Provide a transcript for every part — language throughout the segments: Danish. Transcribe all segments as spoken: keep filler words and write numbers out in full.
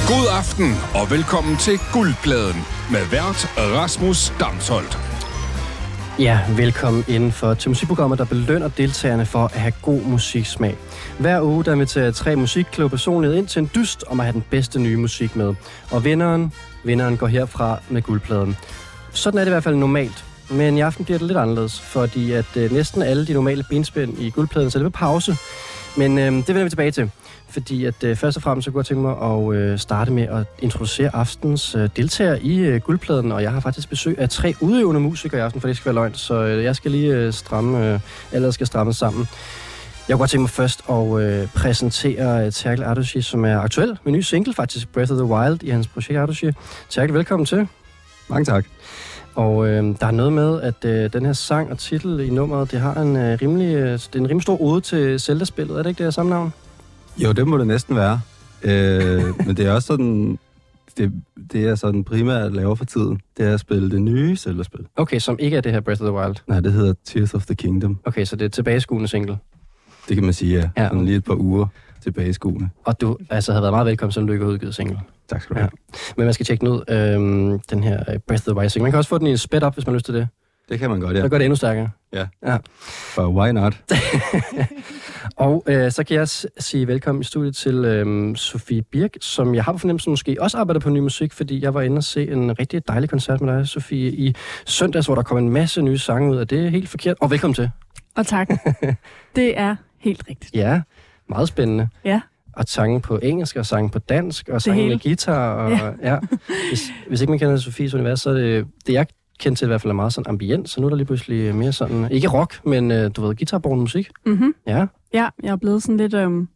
God aften og velkommen til Guldpladen med vært Rasmus Damsholdt. Ja, velkommen indenfor til musikprogrammet, der belønner deltagerne for at have god musiksmag. Hver uge der inviterer tre musikkloge personligheder ind til en dyst om at have den bedste nye musik med. Og vinderen, vinderen går herfra med Guldpladen. Sådan er det i hvert fald normalt. Men i aften bliver det lidt anderledes, fordi at øh, næsten alle de normale benspænd i Guldpladen så er det på pause. Men øh, det vender vi tilbage til. Fordi at øh, først og fremmest så kunne jeg tænke mig at øh, starte med at introducere aftens øh, deltagere i øh, Guldpladen. Og jeg har faktisk besøg af tre udøvende musikere i aften, for det skal være løgn. Så øh, jeg skal lige øh, stramme, øh, eller skal stramme sammen. Jeg kunne godt tænke mig først at øh, præsentere øh, Terkel Arduci, som er aktuel med ny single, faktisk Breath of the Wild, i hans projekt Arduci. Terkel, velkommen til. Mange tak. Og øh, der er noget med, at øh, den her sang og titel i nummeret, det har en øh, rimelig, øh, det er en rimelig stor ode til Zelda-spillet. Er det ikke det her samme navn? Jo, det må det næsten være. Øh, men det er også sådan, det, det er sådan primært at lave for tiden. Det er at spille det nye Zelda-spil. Okay, som ikke er det her Breath of the Wild? Nej, det hedder Tears of the Kingdom. Okay, så det er tilbageskuende single? Det kan man sige, ja. ja. Sådan lige et par uger tilbageskuende. Og du altså havde været meget velkommen, selvom du ikke har udgivet single? Tak skal du have. Ja. Men man skal tjekke den ud, øhm, den her Breath of the Wild single. Man kan også få den i sped up, hvis man har lyst til det. Det kan man godt, ja. Så gør det endnu stærkere. Ja. ja. For why not? Og øh, så kan jeg s- sige velkommen i studiet til øh, Sofie Birk, som jeg har på fornemmelsen måske også arbejder på ny musik, fordi jeg var inde og se en rigtig dejlig koncert med dig, Sofie, i søndags, hvor der kom en masse nye sange ud, og det er helt forkert. Og velkommen til. Og tak. Det er helt rigtigt. Ja, meget spændende. Ja. Og sange på engelsk, og sange på dansk, og sange med guitar. Og, ja. ja. Hvis, hvis ikke man kender Sofies univers, så er det, det jeg kendt til i hvert fald er meget sådan ambient, så nu er der lige pludselig mere sådan, ikke rock, men du ved, guitarbåren musik. Mhm. Ja. Ja, jeg er blevet sådan lidt øhm,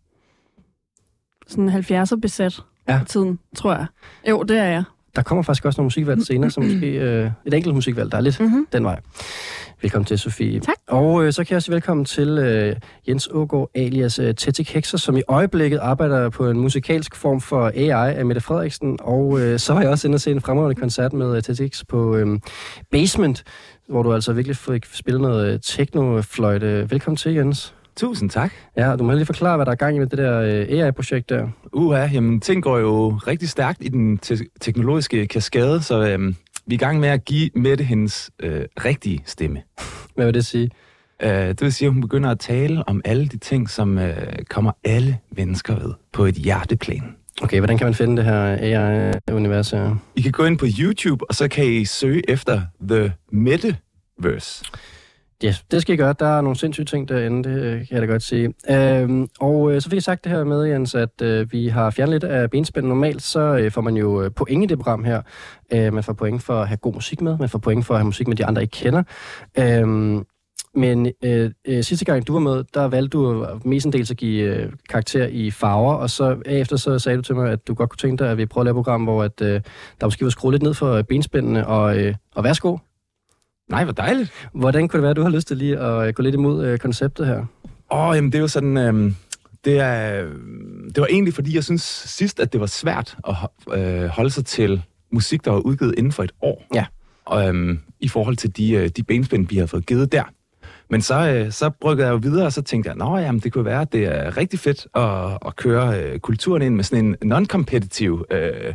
sådan halvfjerdser besat ja. på tiden, tror jeg. Jo, det er jeg. Der kommer faktisk også nogle musikvalg senere, som måske øh, et enkelt musikvalg, der er lidt mm-hmm. den vej. Velkommen til, Sofie. Tak. Og øh, så kan jeg sige velkommen til øh, Jens Aagaard alias øh, Tetik Hekser, som i øjeblikket arbejder på en musikalsk form for A I af Mette Frederiksen. Og øh, så var jeg også inde og se en fremragende koncert med øh, Tetik på øh, Basement, hvor du altså virkelig fik spillet noget øh, techno-fløjte. Velkommen til, Jens. Tusind tak. Ja, du må lige forklare, hvad der er gang i med det der øh, A I-projekt der. Uha, jamen ting går jo rigtig stærkt i den te- teknologiske kaskade, så øh, vi er i gang med at give Mette hendes øh, rigtige stemme. Hvad vil det sige? Uh, det vil sige, at hun begynder at tale om alle de ting, som uh, kommer alle mennesker ved på et hjerteplan. Okay, hvordan kan man finde det her A I-univers her? I kan gå ind på YouTube, og så kan I søge efter The Metaverse. Ja, yes, det skal I gøre. Der er nogle sindssyge ting derinde, det kan jeg da godt sige. Øhm, og øh, så fik jeg sagt det her med, Jens, at øh, vi har fjernet lidt af benspænd. Normalt så øh, får man jo øh, point i det program her. Øh, man får point for at have god musik med. Man får point for at have musik med, de andre ikke kender. Øhm, men øh, øh, sidste gang du var med, der valgte du mestendels at give øh, karakter i farver. Og så efter så sagde du til mig, at du godt kunne tænke dig, at vi prøver at lave et program, hvor at, øh, der måske var skruet lidt ned for benspændene. Og, øh, og værsgo. Nej, hvor dejligt. Hvordan kunne det være, at du har lyst til lige at gå lidt imod øh, konceptet her? Åh, oh, jamen det er jo sådan, øh, det, er, det var egentlig fordi, jeg synes sidst, at det var svært at øh, holde sig til musik, der var udgivet inden for et år. Ja. Og, øh, i forhold til de, øh, de benspænd, vi har fået givet der. Men så, øh, så bryggede jeg jo videre, og så tænkte jeg, nå jamen, det kunne være, at det er rigtig fedt at, at køre øh, kulturen ind med sådan en non-competitive, øh,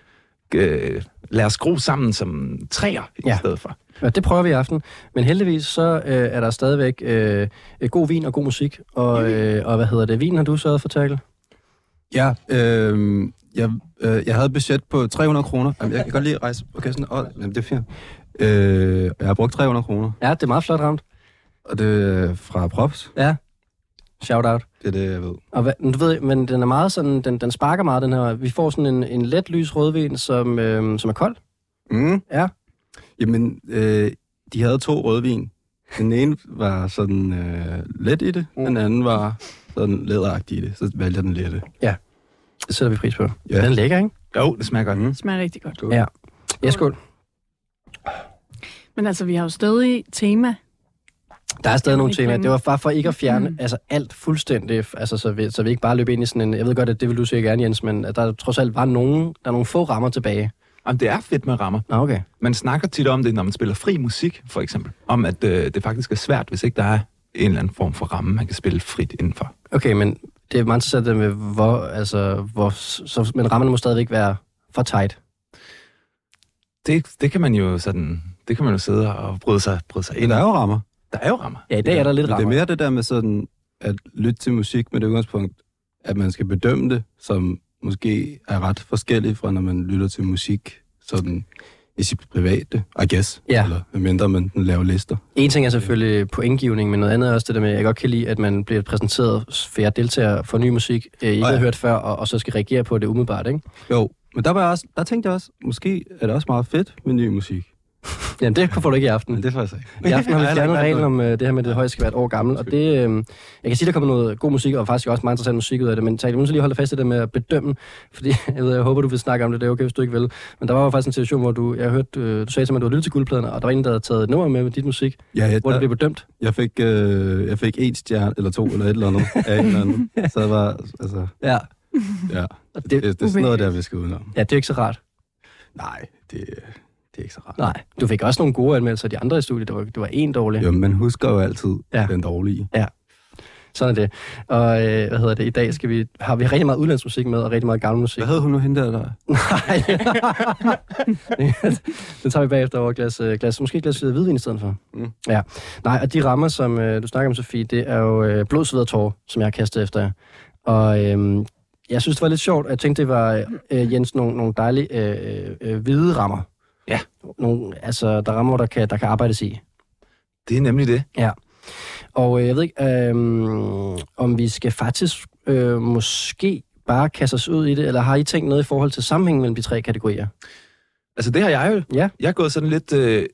øh, lad os skrue sammen som træer i ja. stedet for. Ja, det prøver vi i aften. Men heldigvis så øh, er der stadigvæk øh, god vin og god musik. Og, øh, og hvad hedder det? Vin har du sørget for, Terkel? Ja, øh, jeg, øh, jeg havde et budget på tre hundrede kroner. Jamen, jeg kan godt lige rejse på kassen. Åh, jamen, det er fint. Øh, jeg har brugt tre hundrede kroner. Ja, det er meget flot ramt. Og det er fra Props. Ja. Shout out. Det er det, jeg ved. Og hvad, du ved, men den er meget sådan, den, den sparker meget, den her. Vi får sådan en, en let lys rødvin, som, øh, som er kold. Mm. Ja. Jamen, øh, de havde to rødvin. Den ene var sådan øh, let i det, mm. den anden var sådan læderagtig i det. Så valgte jeg den lette. Ja, det sætter vi pris på. Ja. Den er lækker, ikke? Jo, det smager godt. Mm. Det smager rigtig godt. Skål. Ja. Ja, skål. Men altså, vi har jo stadig tema. Der er stadig nogle temaer. glemme. Det var bare for ikke at fjerne Mm. altså alt fuldstændig, altså så vi, så vi ikke bare løber ind i sådan en, jeg ved godt, at det vil du sige gerne, Jens, men at der trods alt var nogen, der er nogle få rammer tilbage. Jamen, det er fedt med rammer. Ah, okay. Man snakker tit om det, når man spiller fri musik, for eksempel. Om, at øh, det faktisk er svært, hvis ikke der er en eller anden form for ramme, man kan spille frit indenfor. Okay, men det er meget interessant det med, hvor, altså, hvor, så, men rammerne må stadigvæk være for tight. Det, det kan man jo sådan, det kan man jo sidde og bryde sig, bryde sig ind. Der er jo rammer. Der er jo rammer. Ja, i dag er der lidt Men rammer. det er mere det der med sådan, at lytte til musik med det udgangspunkt, at man skal bedømme det, som måske er ret forskelligt fra, når man lytter til musik sådan i sit private, I guess. Ja. Eller medmindre man laver lister. En ting er selvfølgelig pointgivning, men noget andet er også det der med, at jeg godt kan lide, at man bliver præsenteret for jer deltagere for ny musik, øh, ikke Oh, ja. har hørt før, og, og så skal reagere på det umiddelbart, ikke? Jo, men der, var jeg også, der tænkte jeg også, måske er det også meget fedt med ny musik. Jamen, det får du ikke i aften. Men det får jeg så ikke. I aften har vi Nej, fjernet nej, nej. reglen om uh, det her med, at det højst skal være et år gammelt, og det, øh, jeg kan sige, der kommer noget god musik, og faktisk også meget interessant musik ud af det, men jeg må så lige holde fast i det med at bedømme, fordi jeg, ved, jeg håber, du vil snakke om det, det er okay, hvis du ikke vil. Men der var jo faktisk en situation, hvor du, jeg hørte, øh, du sagde til mig, at du havde lyttet til guldpladerne, og der var en, der havde taget et nummer med med dit musik, Ja, jeg, hvor det der, blev bedømt. jeg, fik, øh, jeg fik en stjerne, eller to, eller et eller andet, af en eller anden. Så det var, altså, Ja. ja. Og Det, det, det, det er sådan noget, der vi skal udenom. ja, det er ikke så rart. Nej, det, det er ikke så rart. Nej, du fik også nogle gode anmeldelser af de andre i studiet, det var, det var en dårlig. Jo, man husker jo altid Ja. ja. den dårlige. Sådan er det. Og øh, hvad hedder det, i dag skal vi, har vi rigtig meget udlandsmusik med, og rigtig meget gammel musik. Hvad havde hun nu hende der? der? Nej. Den tager vi bagefter over et glas, øh, glas, måske et glas øh, hvidvin i stedet for. Mm. Ja. Nej, og de rammer, som øh, du snakker om, Sofie, det er jo øh, blod, sved og tårer, som jeg har kastet efter jer. Og øh, jeg synes, det var lidt sjovt. Jeg tænkte, det var, øh, Jens, nogle, nogle dejlige øh, øh, hvide rammer. Ja. Nogle, altså, der er rammer, der kan, der kan arbejdes i. Det er nemlig det. Ja. Og øh, jeg ved ikke, øh, om vi skal faktisk øh, måske bare kaste os ud i det, eller har I tænkt noget i forhold til sammenhængen mellem de tre kategorier? Altså, det har jeg jo. Ja. Jeg er gået sådan lidt øh,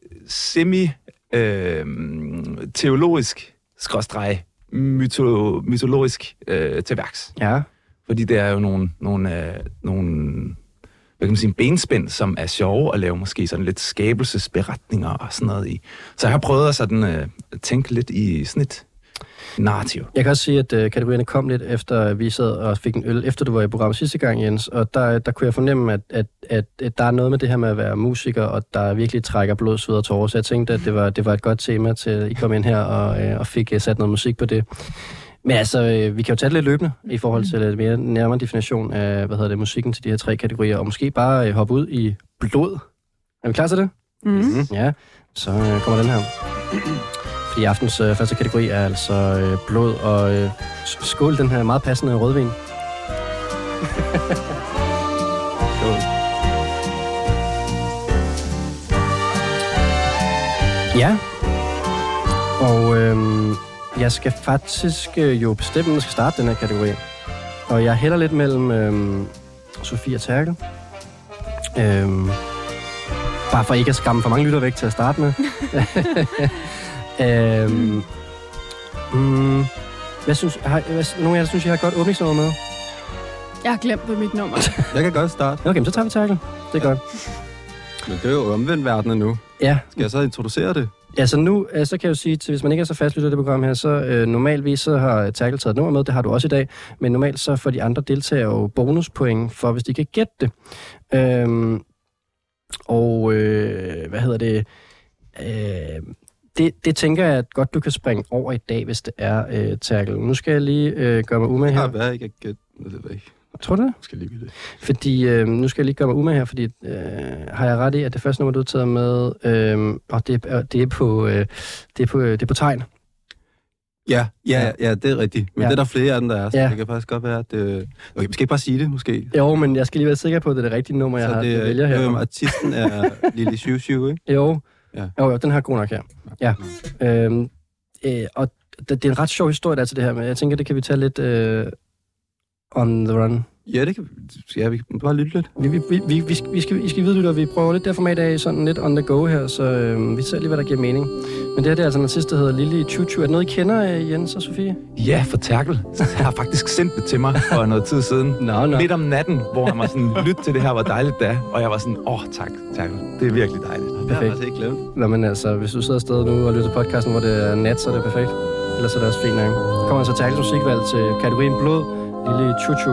semi-teologisk, skråstreg, myto, mytologisk øh, til værks. Ja. Fordi det er jo nogle, nogle, øh, nogle hvad kan man sige, benspænd, som er sjove at lave måske sådan lidt skabelsesberetninger og sådan noget i. Så jeg har prøvet at sådan, øh, tænke lidt i sådan et narrativ. Jeg kan også sige, at øh, kategorierne kom lidt efter, vi sad og fik en øl, efter du var i programmet sidste gang, Jens, og der, der kunne jeg fornemme, at, at, at, at der er noget med det her med at være musiker, og der virkelig trækker blod, sved og tårer, så jeg tænkte, at det var, det var et godt tema til, at I kom ind her og, øh, og fik øh, sat noget musik på det. Men altså, øh, vi kan jo tage det lidt løbende i forhold til lidt mere nærmere definition af, hvad hedder det, musikken til de her tre kategorier, og måske bare øh, hoppe ud i blod. Er vi klar til det? Mm. Ja, så øh, kommer den her. Fordi aftens øh, første kategori er altså øh, blod, og øh, skål den her meget passende rødvin. Skål. Ja, og øh, jeg skal faktisk øh, jo bestemme, at skal starte den her kategori. Og jeg hælder lidt mellem øh, Sofie og Terkel. Øh, bare for ikke at skræmme for mange lytter væk til at starte med. øhm, mm, hvad synes, har, hvad, nogle af jer synes, jeg har et godt åbningsnummer med? Jeg har glemt, hvad mit nummer er. Jeg kan godt starte. Okay, men så tager vi Terkel. Det er ja. godt. Men det er jo omvendt verdenen nu. Ja, Skal jeg så introducere det? altså nu øh, så kan jeg jo sige, til, hvis man ikke er så fastlytter af det program her, så øh, normalvis så har Terkel taget et nummer med, det har du også i dag, men normalt så får de andre deltagere jo bonuspoint for, hvis de kan gætte det. Øhm, og øh, hvad hedder det? Øh, det? Det tænker jeg at godt, du kan springe over i dag, hvis det er øh, Terkel. Nu skal jeg lige øh, gøre mig umage Jeg her. har været, jeg kan gætte. Jeg ved ikke. Tror du det? Jeg skal lige vide det. Fordi, øh, nu skal jeg lige gøre mig umage her, fordi øh, har jeg ret i, at det første nummer, du har taget med, øh, og det er, det er på, øh, det er på, det er på tegn. Ja, ja, ja, det er rigtigt. Men Ja. ja. det er der flere af dem, der er. Så Ja. det kan faktisk godt være, at det... Okay, vi skal ikke bare sige det, måske. Jo, men jeg skal lige være sikker på, at det er det rigtige nummer, jeg så har det, jeg vælger her. jo, artisten er Lili Xiu Xiu, ikke? Jo. Ja. Jo, jo, den her er god nok her. Ja. Øhm, øh, og det, det er en ret sjov historie, der er til det her, men jeg tænker, det kan vi tage lidt øh, on the run. Ja, det kan ja, vi kan bare lytte lidt. Vi, vi, vi, vi, vi, skal, vi skal, I skal vide, at vi prøver lidt der format af sådan lidt on the go her, så øh, vi ser lige, hvad der giver mening. Men det her det er altså en artist, der hedder Lili Xiu Xiu. Er det noget, I kender, øh, Jens og Sofie? Ja, for Terkel. Jeg har faktisk sendt det til mig for noget tid siden. Nå, nå. Midt om natten, hvor han var sådan, lyt til det her, hvor dejligt det er. Og jeg var sådan, åh, oh, tak, Terkel. Det er virkelig dejligt. Det har jeg Perfekt. faktisk ikke glemt. Nå, men altså, hvis du sidder afsted nu og lytter til podcasten, hvor det er nat, så er det perfekt. Ellers er det også fint nok. Der kommer altså Terkels musikvalg til kategorien blod, Lili Xiu Xiu.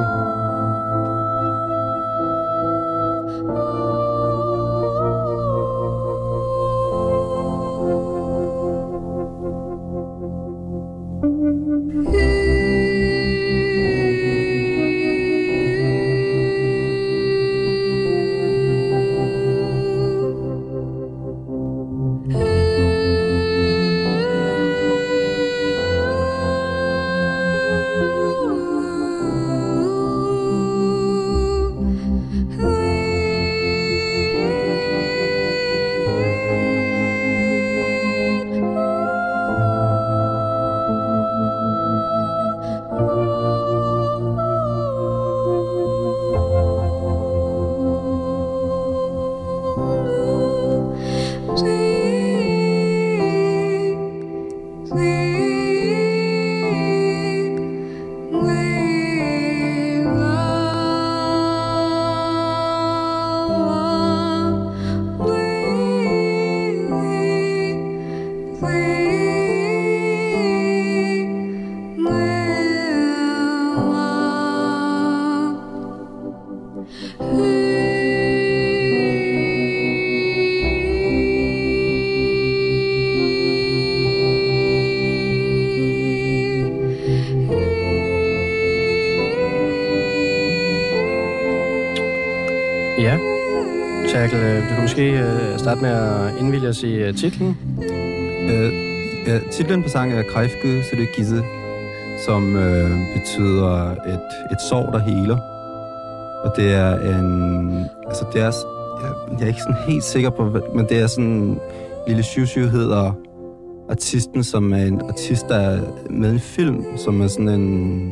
Ja. Terkel, du kan måske uh, starte med at indvilge os i uh, titlen. Øh, ja, titlen på sangen er Kræfke Søløkisse, som øh, betyder et, et sår, der heler. Og det er en... Altså, det er... Jeg, jeg er ikke sådan helt sikker på, hvad, men det er sådan... Lille Shushu hedder artisten, som er en artist, der er med i en film, som er sådan en...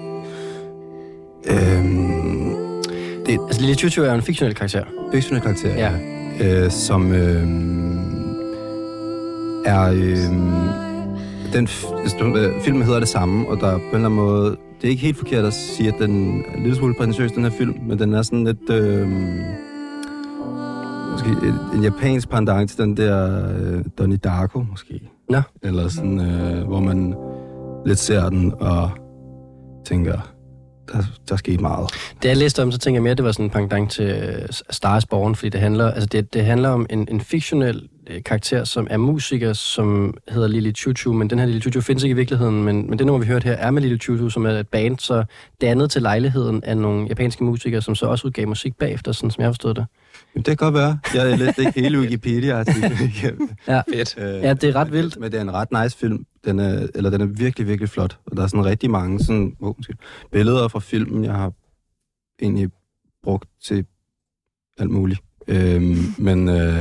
Øhm, det, altså, Lille Shushu er en fiktionel karakter. Fiktionel karakter, ja. Øh, som øh, er... Øh, den f- filmen hedder det samme, og der på en eller anden måde... Det er ikke helt forkert at sige, at den er lidt smule prætentiøs, den her film, men den er sådan lidt... Øh, måske et, en japansk pendant til den der øh, Donnie Darko, måske. Nå. Eller sådan, øh, hvor man lidt ser den og tænker, der, der skete meget. Det jeg læste om, så tænker jeg mere, at det var sådan en pendant til Star is Born, fordi det handler, altså det, det handler om en, en fiktionel øh, karakter, som er musiker, som hedder Lili Chuchu, men den her Lili Chuchu findes ikke i virkeligheden, men, men det nummer, vi hørte her, er med Lili Chuchu, som er et band, så dannet til lejligheden af nogle japanske musikere, som så også udgav musik bagefter, sådan som jeg har forstået det. Jamen, det kan godt være. Jeg er lidt ikke hele Wikipedia-artiklen. Ja. Fedt. Øh, Ja, det er ret vildt. Men det er en ret nice film. Den er, eller den er virkelig, virkelig flot. Og der er sådan rigtig mange sådan, oh, billeder fra filmen, jeg har egentlig brugt til alt muligt. Øhm, men øh,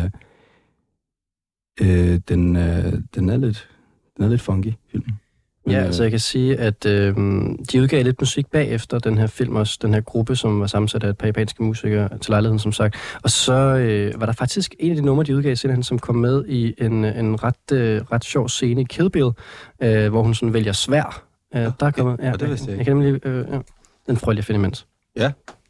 øh, den, øh, den, er lidt, den er lidt funky, filmen. Men, Ja, øh, altså jeg kan sige, at øh, de udgav lidt musik bagefter den her film også, den her gruppe, som var sammensat af et par japanske musikere til lejligheden, som sagt. Og så øh, var der faktisk en af de numre, de udgav senere, som kom med i en, en ret, øh, ret sjov scene i Kill Bill, øh, hvor hun sådan vælger svær. Øh, ja, der kommer, ja, det vidste jeg jeg kan nemlig, øh, ja, den frøl jeg finde imens. Ja.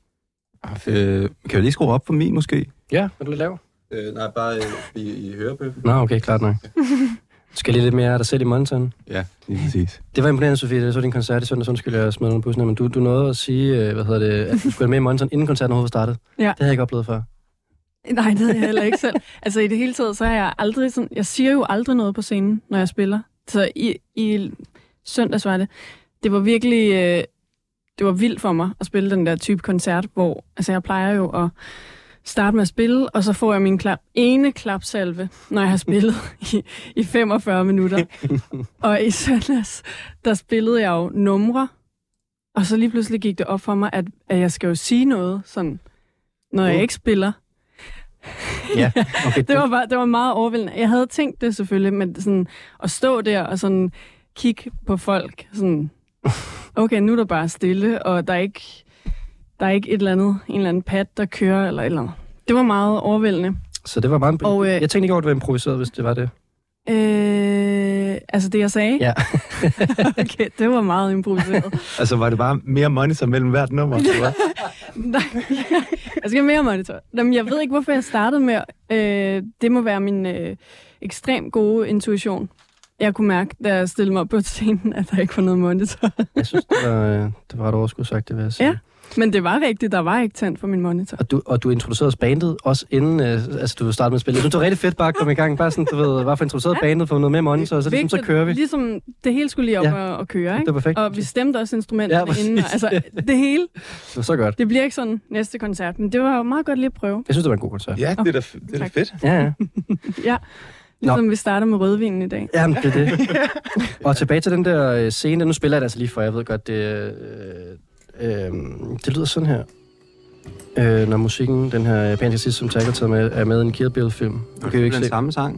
Øh, kan vi lige skrue op for min, måske? Ja, vil du lidt lave? Øh, nej, bare øh, i, i hørebøffen. Nå, okay, klart nok. Skal lige lidt mere af dig selv i monitoren? Ja, lige præcis. Det var imponerende, Sofie. Jeg så din koncert i søndags, undskyld, jeg smed under bussen her, men du, du nåede at sige, hvad hedder det, at du skulle være med i monitoren, inden koncerten overhovedet startede. Ja. Det havde jeg ikke oplevet før. Nej, det havde jeg heller ikke selv. Altså i det hele taget, så er jeg aldrig sådan... Jeg siger jo aldrig noget på scenen, når jeg spiller. Så i, i søndags var det... Det var virkelig... Øh, det var vildt for mig at spille den der type koncert, hvor... Altså jeg plejer jo at starte med at spille, og så får jeg min klap, ene klapsalve, når jeg har spillet i, i femogfyrre minutter. Og i søndags, der spillede jeg jo numre, og så lige pludselig gik det op for mig, at, at jeg skal jo sige noget, sådan, når jeg ikke spiller. Ja, okay. det, var bare, det var meget overvældende. Jeg havde tænkt det selvfølgelig, men sådan, at stå der og sådan kigge på folk, sådan, okay, nu er der bare stille, og der er ikke... Der er ikke et eller andet, en eller anden pad, der kører, eller et eller andet. Det var meget overvældende. Så det var meget... Og, øh, jeg tænkte ikke over, at det var improviseret, hvis det var det. Øh, altså det, jeg sagde? Ja. Okay, det var meget improviseret. Altså, var det bare mere monitor mellem hvert nummer? Nej, jeg skal mere monitor. Jamen, jeg ved ikke, hvorfor jeg startede med... Øh, det må være min øh, ekstremt gode intuition. Jeg kunne mærke, da jeg stillede mig op på scenen, at der ikke var noget monitor. Jeg synes, det var, øh, det var ret overskud sagt, det vil jeg sige. Ja. Men det var rigtigt, der var ikke tændt for min monitor. Og du, og du introducerede bandet også inden, øh, altså du startede med at spille. Jeg synes, det var rigtig fedt bare at komme i gang. Bare sådan, du ved, bare få introduceret ja. bandet, få noget med monitor, og så, ligesom, så kører vi. Ligesom, det hele skulle lige op ja. og, og køre, ikke? Det var perfekt. Og vi stemte også instrumenterne ja, inden. Altså, det hele. Det var så godt. Det bliver ikke sådan næste koncert, men det var jo meget godt lige at prøve. Jeg synes, det var en god koncert. Ja, det er da, det er da fedt. Ja, ja. Ja. Ligesom Nå. vi starter med rødvinen i dag. Jamen, det er det. Og tilbage til den der scene. Nu spiller jeg det altså lige for, jeg ved godt, det, øh, øh, det lyder sådan her. Øh, når musikken, den her japanske sidste, som Tackle taget med, er med i en Kill Bill-film. Okay, kan vi ikke den se samme sang?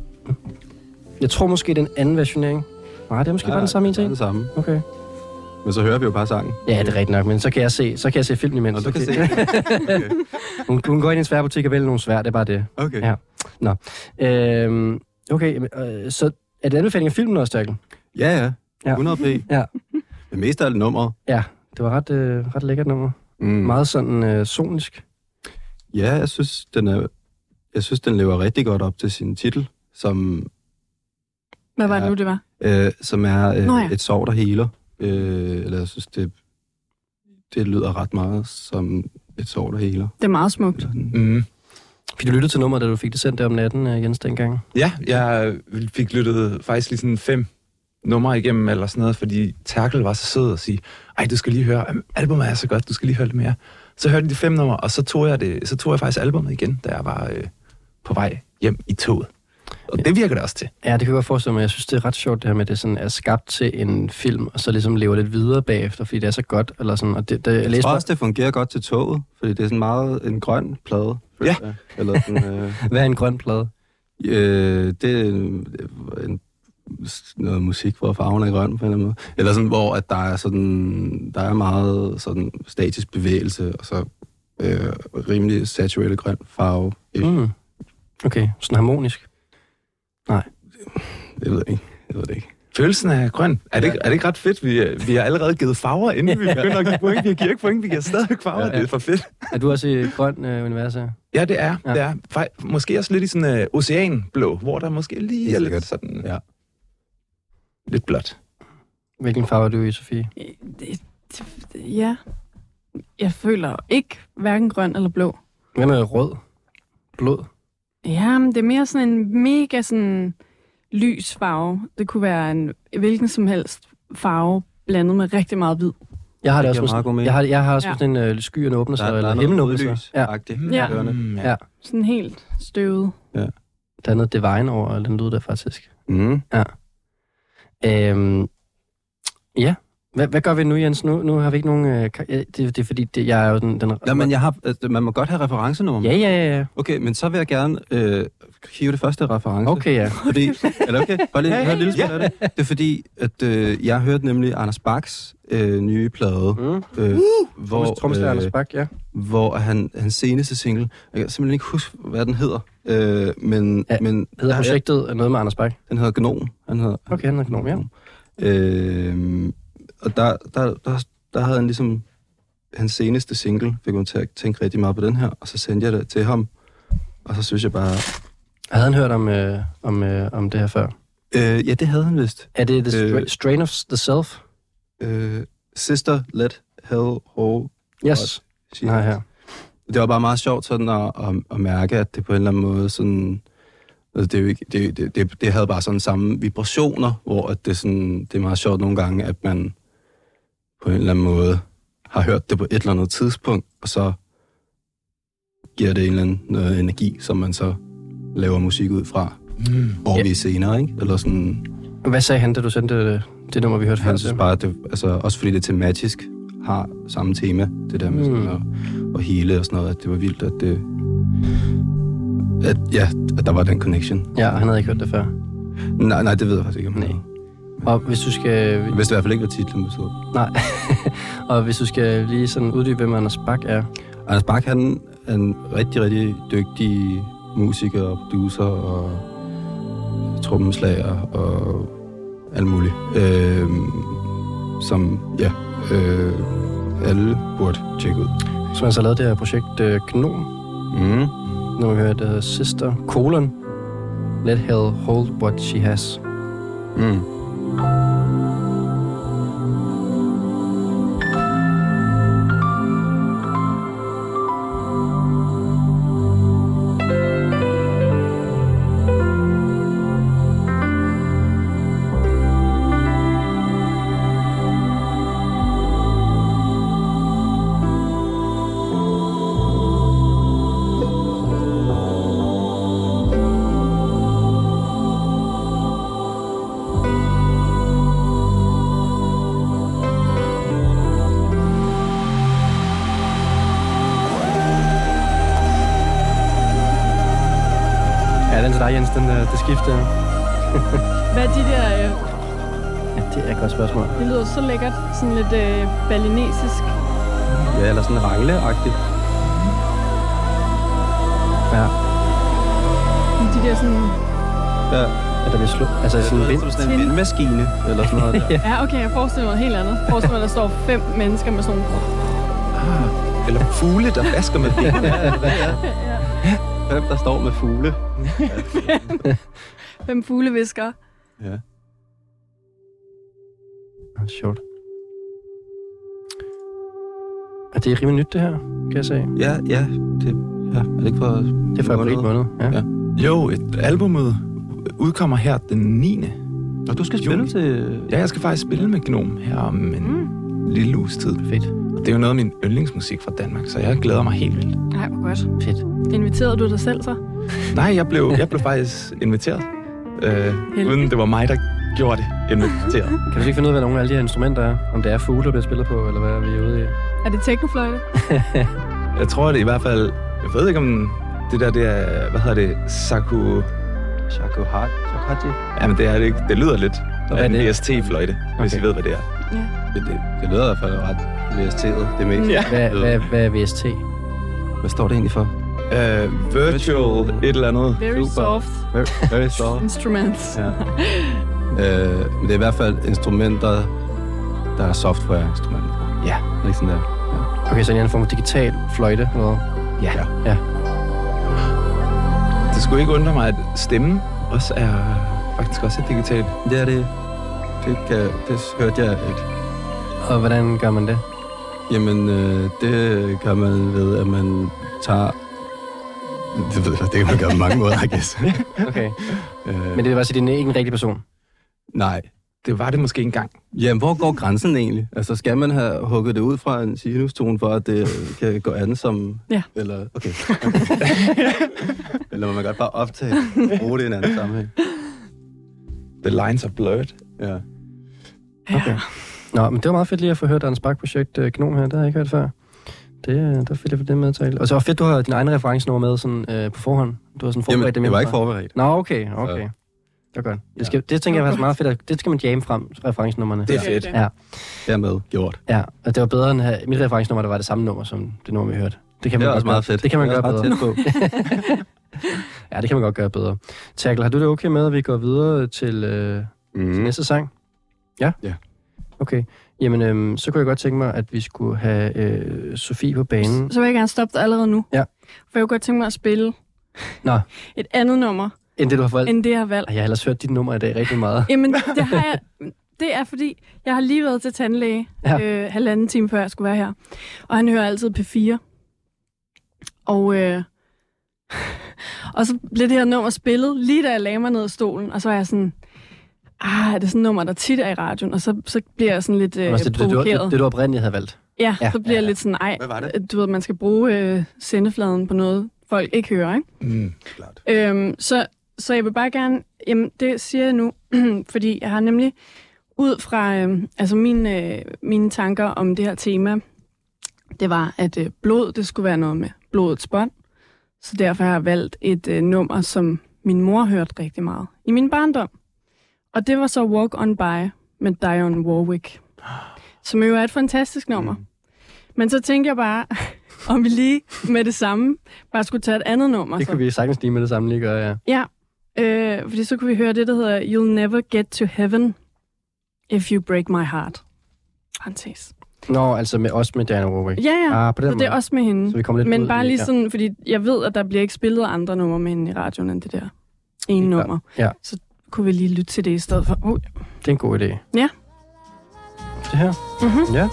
Jeg tror måske, det er en anden versionering. Nej, det er måske ja, bare den samme en ting. Det er den samme. Okay. Men så hører vi jo bare sangen. Ja, det er rigtigt nok, men så kan jeg se, så kan jeg se filmen imens. Og du kan se okay. hun, hun går ind i en sværbutik og vælger nogle svær, det er bare det. Okay. Ja. Nå. Øhm, okay, øh, så er det anbefaling af filmen også, Tackle? Ja, ja. hundrede p. Ja. Det meste af det nummer. Ja, det var ret, øh, ret lækkert nummer. Mm. Meget sådan øh, sonisk. Ja, jeg synes, den er, jeg synes, den lever rigtig godt op til sin titel, som... Hvad var er, det nu, det var? Øh, som er øh, Nå, ja. et sår, der heler. Øh, eller jeg synes, det, det lyder ret meget som et sår, der heler. Det er meget smukt. Mm. Fik du lyttet til nummeret, da du fik det sendt der om natten, uh, Jens, dengang? Ja, jeg fik lyttet faktisk lige sådan fem numre igennem, eller sådan noget, fordi Terkel var så sød at sige, ej, du skal lige høre, albumet er så godt, du skal lige høre det mere. Så hørte jeg de fem numre, og så tog jeg, det, så tog jeg faktisk albumet igen, da jeg var øh, på vej hjem i toget. Og det virker det også til. Ja, det kan jeg godt forestille mig. Jeg synes, det er ret sjovt, det her med, at det sådan er skabt til en film, og så ligesom lever lidt videre bagefter, fordi det er så godt. Eller sådan. Og det, det, jeg, jeg læser tror også, det fungerer godt til toget, fordi det er sådan meget en grøn plade. Ja. Eller sådan, øh, Hvad er en grøn plade? øh, det er en, en, noget musik, hvor farven er grøn på en eller anden måde. Eller sådan, hvor at der er sådan, der er meget sådan statisk bevægelse, og så øh, rimelig saturated grøn farve. Mm. Okay, sådan harmonisk. Nej. Jeg ved ikke. Jeg ved det ikke. Følelsen af grøn. Er det, er det ikke ret fedt? Vi, vi har allerede givet farver, inden vi begynder at give point. Vi giver ikke point, vi giver stadig farver. Ja, ja. Det er for fedt. Er du også i grøn øh, univers her? Ja, det er. Ja. Det er. Fej, måske også lidt i sådan uh, oceanblå, hvor der måske lige er lidt sådan... Ja. Lidt blåt. Hvilken farve er du i, Sofie? Det, det, ja. Jeg føler ikke hverken grøn eller blå. Hvad med rød? Blod? Ja, men det er mere sådan en mega sådan lys farve. Det kunne være en hvilken som helst farve blandet med rigtig meget hvid. Jeg har det, Det også giver meget god sådan, mening. jeg har, jeg har også Ja. sådan en øh, skyerne åbner sig, Der, der eller er himlen noget åbner sig. lys. Ja. Ja. Mm, Ja. Sådan helt støvet. Der er noget divine over den lyd der, faktisk. Mm. Øhm, ja. Hvad, hvad gør vi nu, Jens? Nu, nu har vi ikke nogen... Øh, kar- ja, det, det er fordi, det, jeg er jo den... den Ja, men jeg har, altså, man må godt have referencenummer. Ja, ja, ja, ja. Okay, men så vil jeg gerne øh, hive det første reference. Okay, ja. Fordi, er det okay? Bare lige høre en lille smule af det. Det er fordi, at øh, jeg hørte nemlig Anders Bachs øh, nye plade, Mm. øh, hvor, Trommeslager Anders øh, Bach, ja. hvor han, hans seneste single, jeg kan simpelthen ikke huske, hvad den hedder, øh, men, Ja, men Hedder ja, projektet noget med Anders Bach? den hedder Gnom. Han hedder, Okay, han hedder Gnom, ja. Øh, og der, der, der, der havde han ligesom hans seneste single, fik mig til at tænke rigtig meget på den her, og så sendte jeg det til ham, og så synes jeg bare... Havde han hørt om, øh, om, øh, om det her før? Øh, ja, det havde han vist. Er det The Øh, Stra- Strain of the Self? Øh, Sister, let hell hold. Yes. Nej, her. Det var bare meget sjovt sådan at, at, at mærke, at det på en eller anden måde sådan... Altså det, er jo ikke, det, det, det, det havde bare sådan samme vibrationer, hvor at det, sådan, det er meget sjovt nogle gange, at man på en eller anden måde har hørt det på et eller andet tidspunkt, og så giver det en eller anden noget energi, som man så laver musik ud fra Mm. årvis ja. senere, ikke? Eller sådan... Hvad sagde han, da du sendte det, det nummer, vi hørte før? Han synes bare, at det, altså, også fordi det tematisk har samme tema, det der med sådan Mm. at, at hele og sådan noget, at det var vildt, at det... At, ja, at der var den connection. Ja, han havde ikke hørt det før. Nej, nej, det ved jeg faktisk ikke, om Nej. nej. Og hvis du skal... Jeg vidste i hvert fald ikke, hvad titlen betød. Nej. Og hvis du skal lige sådan uddybe, hvem Anders Bach er. Anders Bach, han er en rigtig, rigtig dygtig musiker og producer og trommeslager og alt muligt. Øh, som, ja, øh, alle burde tjekke ud. Som altså har lavet det her projekt øh, Gnom. Mm. Nu har vi hørt uh, Sister, colon, Let Hell Hold What She Has. Mm. Ja, den til dig, Jens, den, uh, det skifte. Hvad er de der... Øh, Ja, det er et godt spørgsmål. det lyder så lækkert. Sådan lidt øh, balinesisk. Ja, eller sådan rangle-agtigt. Ja, De der sådan... Ja. at der bliver slået. Altså sådan en vind. sådan en vindmaskine, eller sådan noget der. Ja, okay, jeg forestiller mig noget helt andet. Jeg forestiller mig, der står fem mennesker med sådan nogle... Ah, eller fugle, der basker med vingerne. Hvem der står med fugle. Fem fuglevisker. Ja. Ah, sjovt. Er det rimelig nyt, det her, kan jeg sige? Ja, ja. Det, ja, er det ikke for... Det er fra april måned, ja. Ja. Jo, et albumet udkommer her den niende. Og du skal spille Juni. til... Ja, jeg skal faktisk spille med Gnom her om en Mm. lille uges tid. Fedt. Det er jo noget af min yndlingsmusik fra Danmark, så jeg glæder mig helt vildt. Nej, hvor godt. Fedt. Inviterede du dig selv så? Nej, jeg blev, jeg blev faktisk inviteret. Øh, uden det var mig, der gjorde det inviteret. Kan du ikke finde ud af, hvad nogle af alle de her instrumenter er? Om det er fugle, der bliver spillet på, eller hvad er vi ude i? Er det teknofløjte? Jeg tror, det i hvert fald... Jeg ved ikke, om det der, det er... Hvad hedder det? Saku... Shakuhachi. Shakuhachi. Jamen, det er det ikke. Det lyder lidt hvad af er en det? V S T-fløjte, okay. Hvis I ved, hvad det er. Ja. Det, det, det lyder i hvert fald ret V S T'et. Det mest. Ja. Hvad, hvad, hvad er V S T? Hvad står det egentlig for? Uh, virtual et eller andet. Very Super. soft Very, very soft. instruments. Ja. øh, men det er i hvert fald instrumenter, der er software-instrumenter. Ja. Er det ikke sådan der? Ja. Okay, så det er en form for digital fløjte, eller hvad? Ja. Ja. Det skulle ikke undre mig, at stemmen også er faktisk også er digital. Det er det. Det, kan, det hørte jeg ikke. Og hvordan gør man det? Jamen, øh, det gør man ved, at man tager... Det ved jeg, det kan man gøre på mange måder, I guess. Okay. øh, Men det er altså din ikke en rigtig person? Nej. Det var det måske engang. Jamen, hvor går grænsen egentlig? Altså, skal man have hugget det ud fra en sinustone, for at det kan gå an som... Ja. Eller, okay. Eller må man godt bare optage og bruge det i en anden sammenhæng? The lines are blurred. Ja. Okay. Nå, men det var meget fedt lige at få hørt Anders Bak-projekt uh, Gnom her. Det har jeg ikke hørt før. Det, det var fedt at få det med til. Og så var fedt, du har din egen referencenummer med sådan, øh, på forhånd. Du har sådan forberedt Jamen, det med. jeg var ikke forberedt. Nå, okay, okay. Det var godt. Det, skal, det tænker jeg faktisk meget fedt. At, det skal man jamme frem, referencenummerne. Det er fedt. Ja. Dermed gjort. Ja, og det var bedre end at mit referencenummer, der var det samme nummer, som det nummer, vi hørte. Det kan man Det er godt også meget gøre. fedt. Det kan man Det er gøre også bedre. meget Ja, det kan man godt gøre bedre. Tackle, har du det okay med, at vi går videre til, øh, Mm. til næste sang? Ja? Ja. Okay. Jamen, øhm, så kunne jeg godt tænke mig, at vi skulle have øh, Sofie på banen. Så vil jeg gerne stoppe dig allerede nu. Ja. For jeg kunne godt tænke mig at spille Nå. et andet nummer, End det, du har valgt? end det, jeg har valgt. Ej, jeg har ellers hørt dit nummer i dag rigtig meget. Jamen, det har jeg... Det er fordi, jeg har lige været til tandlæge Ja. øh, halvanden time før jeg skulle være her. Og han hører altid P fire. Og, øh, og så blev det her nummer spillet, lige da jeg lagde mig ned af stolen. Og så var jeg sådan, ah, er det sådan et nummer, der tit er i radioen? Og så, så bliver jeg sådan lidt øh, det, det, det, provokeret. det, det, du oprindeligt havde valgt. Ja, Ja. så bliver jeg lidt sådan, ej, Hvad var det? du ved, man skal bruge øh, sendefladen på noget, folk ikke hører, ikke? Mm. Klart. Øhm, så, så jeg vil bare gerne, jamen det siger jeg nu, fordi jeg har nemlig ud fra øh, altså mine, øh, mine tanker om det her tema, det var, at øh, blod, det skulle være noget med blodets bånd. Så derfor har jeg valgt et øh, nummer, som min mor hørte rigtig meget i min barndom. Og det var så Walk On By med Dionne Warwick, som jo er et fantastisk nummer. Mm. Men så tænkte jeg bare, om vi lige med det samme bare skulle tage et andet nummer. Det så. kunne vi sagtens lige med det samme lige gøre, ja. Ja, øh, fordi så kunne vi høre det, der hedder You'll Never Get to Heaven If You Break My Heart. Parenthes. Nå, altså med os med Diana Warwick. Ja, ja, Ah, på den så det er måde. også med hende. Så vi kommer lidt Men ud bare i- lige ja. sådan, fordi jeg ved, at der bliver ikke spillet andre numre med hende i radioen end det der ene Ja. nummer. Ja. Så kunne vi lige lytte til det i stedet for. Uh. Det er en god idé. Ja. Det her? Mm-hmm. Ja.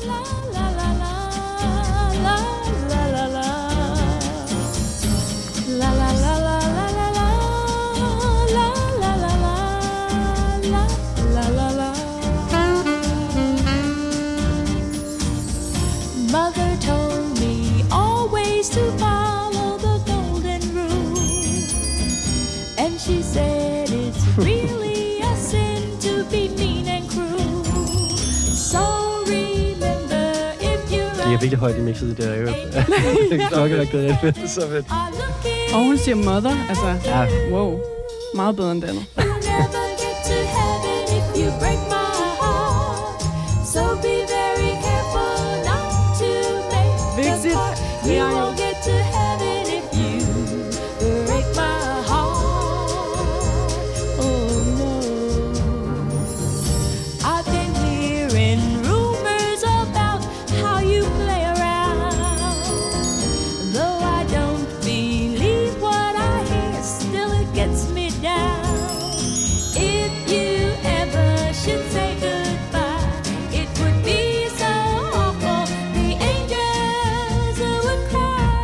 Mother told me always to follow the golden rule, and she said it's really a sin to be mean and cruel. So remember, if you're Det er virkelig højt i mixet, det der. Det er klokkeværket. Det er så fedt. Og hun siger mother, altså, Ja. wow, meget bedre end det andet. You'll never get to heaven if you break my heart. So be very careful not to make us Vigtigt. part. Det You er jo. won't get to heaven if you break my heart. Oh no. I've been hearing rumors about how you play around. Though I don't believe what I hear, still it gets me down. If you ever should say goodbye, it would be so awful. The angels would cry.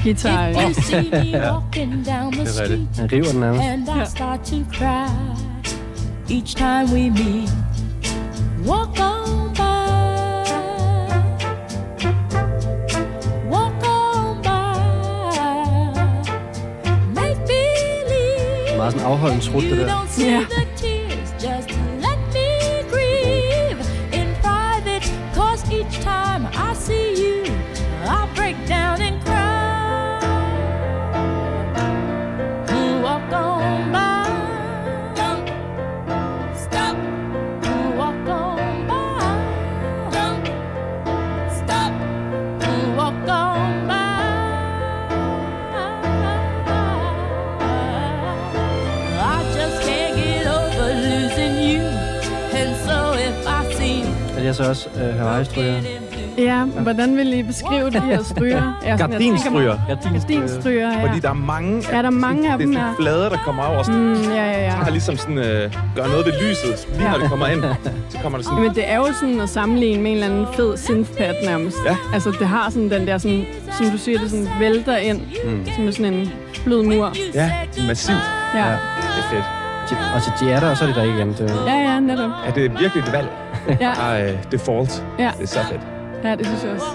guitar. If you see me walking down the Det er rigtigt. street Han river den nærmest. and I start to cry each time we meet, walk on by, walk on by, make believe Meget sådan afholdende trut, det you der. don't see Yeah. the tears, just let me grieve in private, cause each time I see you, I'll break down and cry. Walk on by, don't stop. Walk on by, don't stop. Walk on by. I just can't get over losing you, and so if I seem Er det så også øh, Hawaii-stryger? Ja, hvordan vil I beskrive de her stryger? Ja, sådan, jeg tænker Gardinstryger. mig- Gardinstryger, ja. Fordi der er mange Ja, der er mange af det dem er her. sådan flader, der kommer over og sådan, Mm, ja, ja, ja. har ligesom sådan, øh, gør noget ved lyset. Lige når det kommer ind, så kommer der sådan... Men det er jo sådan at sammenligne med en eller anden fed synthpad nærmest. Ja. Altså, det har sådan den der, sådan, som du siger, det sådan vælter ind, mm. som er sådan en blød mur. Ja, massivt. Ja, Det er fedt. De, og så de er der, og så er de der ikke igen. Det, ja, ja netop. Ja, det er virkelig et valg. Ja, Der er uh, default. ja, Det er så fedt. ja, det synes jeg også.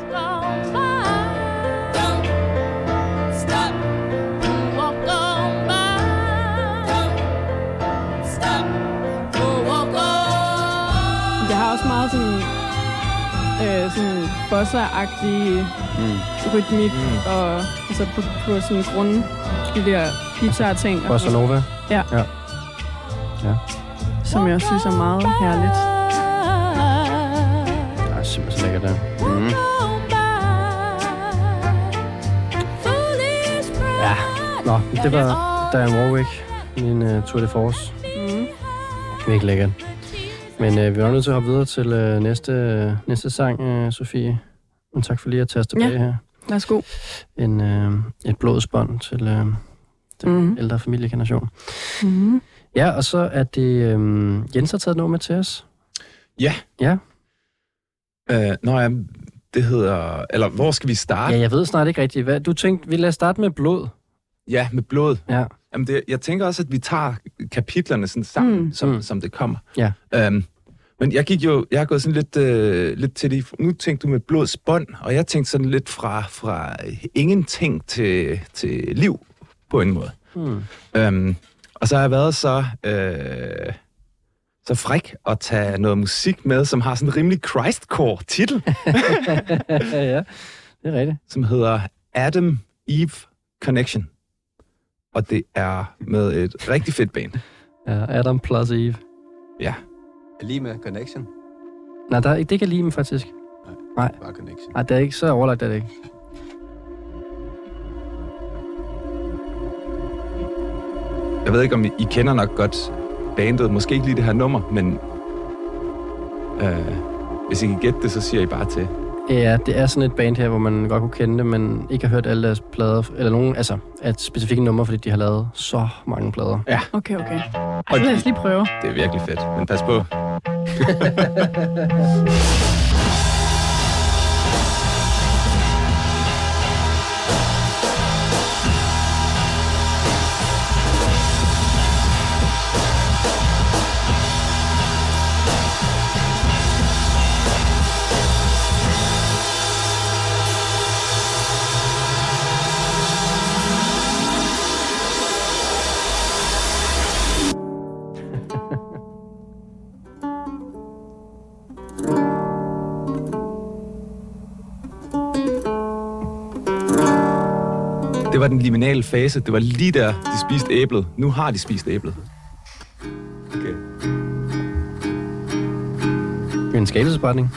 Det har også meget sådan, øh, sådan bossa-agtig mm. rytmik, mm. og altså på, på sådan grund, de der guitar-ting. og- Bossa Nova. Ja. Ja. Ja. Som jeg også synes er meget herligt. Det er simpelthen så lækkert der. Mm. Ja. Nå, det var Diane Warwick, min uh, Tour de Force. Mm. Virkelig lækkert. Men uh, vi er nødt til at hoppe videre til uh, næste, uh, næste sang, uh, Sofie. Men tak for lige at tage os tilbage Ja. her. Værsgo. En, uh, et blodsbånd til uh, den Mhm. ældre familiegeneration. Mm. Ja, og så er det um, Jens har taget noget med til os. Ja. Ja. Uh, nå ja, det hedder... Eller hvor skal vi starte? Ja, jeg ved snart ikke rigtigt, hvad... Du tænkte, vi lader starte med blod. Ja, med blod. Ja. Jamen det, jeg tænker også, at vi tager kapitlerne sådan sammen, Mm. mm. Som, Mm. som det kommer. Ja. Um, men jeg gik jo, jeg har gået sådan lidt, øh, lidt til det. Nu tænkte du med blods bånd, og jeg tænkte sådan lidt fra, fra ingenting til, til liv på en måde. Hmm. Um, og så har jeg været så, øh, så fræk at tage noget musik med, som har sådan en rimelig Christcore titel, Ja, det er rigtigt. som hedder Adam Eve Connection. Og det er med et rigtig fedt band. Ja, Adam plus Eve. Ja. Lige med Connection. Nej, der er, det er ikke lige med faktisk. Nej. Bare Connection. Nej, det er ikke så overlagt, er det ikke. Jeg ved ikke, om I, I kender nok godt bandet. Måske ikke lige det her nummer, men øh, hvis I kan gætte det, så siger I bare til. Ja, det er sådan et band her, hvor man godt kunne kende det, men ikke har hørt alle deres plader, eller nogen, altså, et specifikke nummer, fordi de har lavet så mange plader. Ja, Okay, okay. Ej, lad os lige prøve. det er virkelig fedt. Men pas på. Det var den liminale fase. Det var lige der, de spiste æblet. Nu har de spist æblet. Okay. En skabelsesberetning.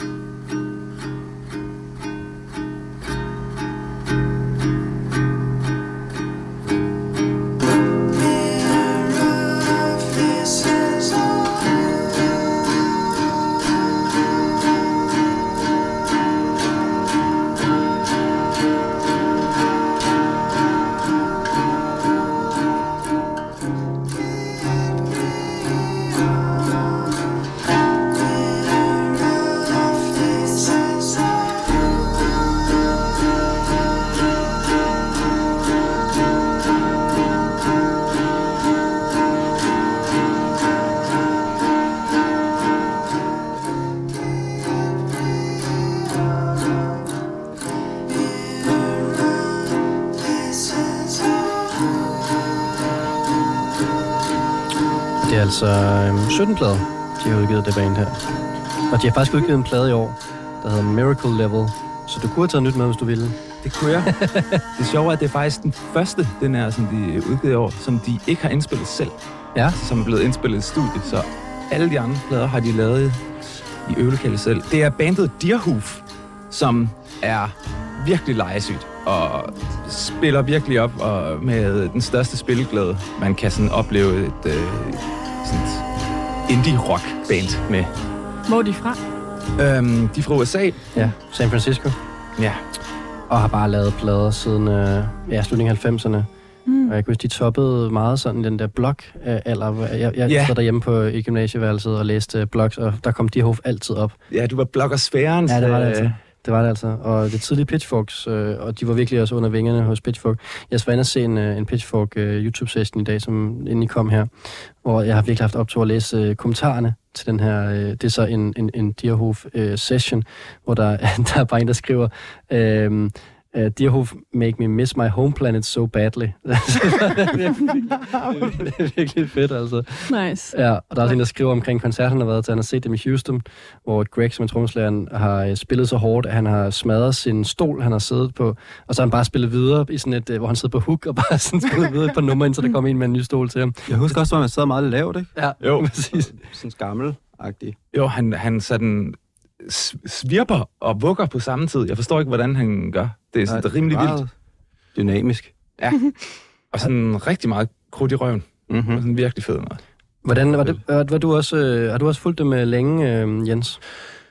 Det er altså øhm, sytten plader, de har udgivet det band her. Og de har faktisk udgivet en plade i år, der hedder Miracle Level. Så du kunne have taget nyt med, hvis du ville. Det kunne jeg. Det sjove er, at det er faktisk den første, den her, som de udgivet i år, som de ikke har indspillet selv. Ja. Som er blevet indspillet i studiet, så alle de andre plader har de lavet i øvelokalet selv. Det er bandet Deerhoof, som er virkelig legesygt og spiller virkelig op og med den største spilleglæde, man kan sådan opleve et øh, sådan et indie-rock-band med. Hvor er de fra? Øhm, de er fra U S A. Ja, San Francisco. Ja. Og har bare lavet plader siden øh, ja, slutningen af halvfemserne. Mm. Og jeg kunne huske, de toppede meget sådan den der blog-alder. Jeg, jeg Ja. sad derhjemme på, i gymnasieværelset og læste blogs, og der kom Deerhoof altid op. Ja, du var bloggersfærens. Ja, det var det øh, altså. Det var det altså. Og det tidlige Pitchforks, øh, og de var virkelig også under vingerne hos Pitchfork. Jeg var inde og se en, øh, en Pitchfork øh, YouTube-session i dag, som inden I kom her, hvor jeg har virkelig haft optur at læse øh, kommentarerne til den her. Øh, det er så en, en, en Deerhoof-session, øh, hvor der, der er bare en, der skriver... Øh, Uh, Deerhoof make me miss my home planet so badly. det, er virkelig, det er virkelig fedt, altså. Nice. Ja, og der er også en, der skriver omkring koncerten, han har været til. Han har set dem i Houston, hvor Greg, som er trommeslageren, har spillet så hårdt, at han har smadret sin stol, han har siddet på, og så har han bare spillet videre i sådan et, hvor han sidder på hook, og bare sådan spillet videre på nummer, indtil der kom en med en ny stol til ham. Jeg husker også, at man sad meget lavt, ikke? Ja, Jo. præcis. Sådan gammel-agtig. Jo, han, han sådan s- svirper og vugger på samme tid. Jeg forstår ikke, hvordan han gør. Det er sådan det er rimelig vildt. Dynamisk. Ja. Og sådan rigtig meget krudt i røven. Mm-hmm. Og sådan virkelig fed noget. Hvordan var det? Var du også, øh, har du også fulgt dem øh, længe, øh, Jens?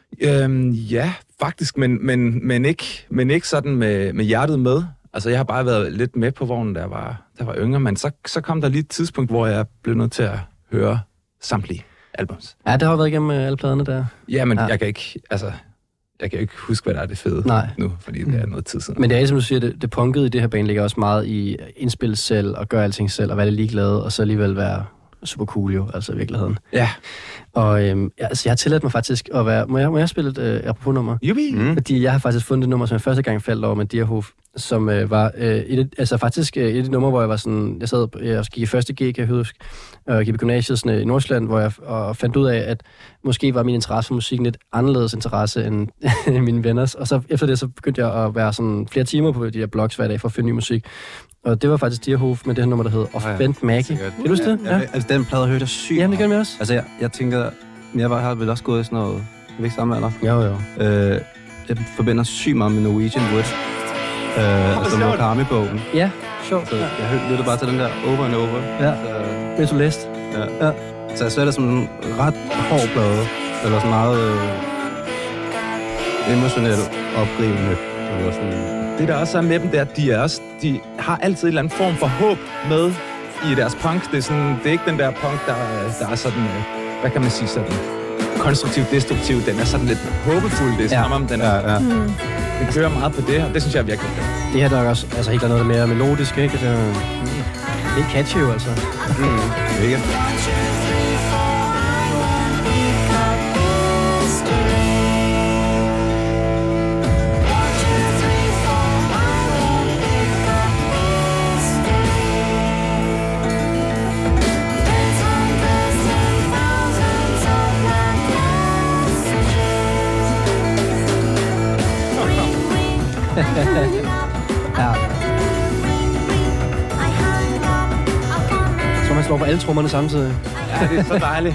Øhm, ja, faktisk, men, men, men, ikke, men ikke sådan med, med hjertet med. Altså, jeg har bare været lidt med på vognen, da jeg var, da jeg var yngre, men så, så kom der lige et tidspunkt, hvor jeg blev nødt til at høre samtlige albums. Ja, det har været igennem øh, alle pladerne der. Ja, men Ja. ja. jeg kan ikke, altså, jeg kan ikke huske, hvad der er det fede Nej. nu, fordi det er noget tid siden. Men det er, som du siger, det, det punkede i det her band ligger også meget i indspille selv og gøre alting selv og være lidt ligeglad, og så alligevel være super cool jo, altså i virkeligheden. Ja. Og øhm, ja, altså, jeg har tilladt mig faktisk at være... Må jeg, må jeg spille et øh, apropos nummer? Jubi! Mm. Fordi jeg har faktisk fundet et nummer, som jeg første gang faldt over med Deerhoof, som øh, var øh, et, altså faktisk øh, et af de numre, hvor jeg var sådan... Jeg sad jeg gik i første G, kan jeg huske, og gik på gymnasiet sådan, øh, i Nordsjælland, hvor jeg og fandt ud af, at måske var min interesse for musikken lidt anderledes interesse end mine venners. Og så efter det, så begyndte jeg at være sådan flere timer på de her blogs hver dag for at finde ny musik. Og det var faktisk Deerhoof med det her nummer, der hed Offend Maggie. Kan du huske det? Ja. Ja. Altså, den plade hørte jeg sygt. Jamen, det gør jeg også. Altså, jeg, jeg tænker, jeg var, har vel også gået i sådan noget, jeg ved ikke samme alder. Jo, jo. Øh, jeg forbinder sygt meget med Norwegian Wood. Øh, altså Murakami-bogen. Ja, sjovt. Så jeg hørte lyttede bare til den der over and over. Ja. Så, Hvis du læste. ja. Ja. Så jeg så det som en ret hård plade. Eller sådan meget øh, emotionelt oprivende. Eller sådan. Det der også er med dem, det er, at de, er også, de har altid en eller anden form for håb med i deres punk. Det er, sådan, det er ikke den der punk, der, er- der er sådan, øh, hvad kan man sige, sådan konstruktiv, destruktiv. Den er sådan lidt håbefuld. Det er Ja. som om, den, er, Ja, ja. Mm. den kører meget på det, og det synes jeg er virkelig fedt. Det her der er også altså, helt klart noget mere melodisk, ikke? Det er, det er catchy jo, altså. Mm. Mega. Ja. Så man slår på alle trommerne samtidig. Ja, det er så dejligt.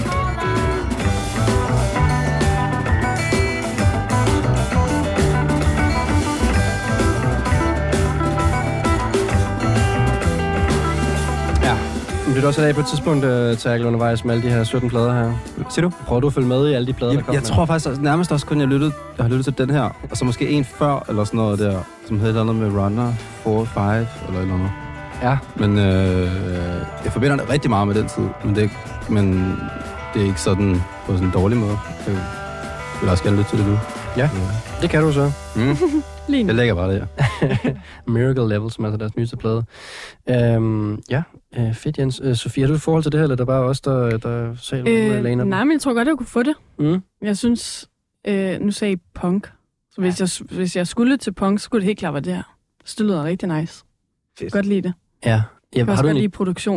Ja. Men det er også af på et tidspunkt, uh, Terkel, undervejs med alle de her sytten plader her. Siger du? Prøver du at følge med i alle de plader, der Jeg, kommer? jeg tror faktisk også, nærmest også kun, jeg, lyttede, jeg har lyttet til den her, og så måske en før, eller sådan noget der, som hed noget med Runner, fire, fem, eller noget. Ja. Men øh, jeg forbinder det rigtig meget med den tid, men det, er ikke- men det er ikke sådan på sådan en dårlig måde. Jeg vil også gerne lytte til det nu. Ja. Det kan du så. Mm. Lige nu. Jeg lægger bare det her. Miracle Level, som er altså deres nyeste plade. Øhm, ja, øh, fedt Jens. Øh, Sofie, har du et forhold til det her, eller er der bare os, der, der sagde noget Øh, alene? nej, men jeg tror godt, jeg kunne få det. Mm. Jeg synes, øh, nu sagde I punk. Så hvis, jeg, hvis jeg skulle til punk, så skulle det helt klart være det her. Så det lyder rigtig nice. Fedt. Godt lide det. Ja. Jeg ja kan har også du godt en... lide produktionen.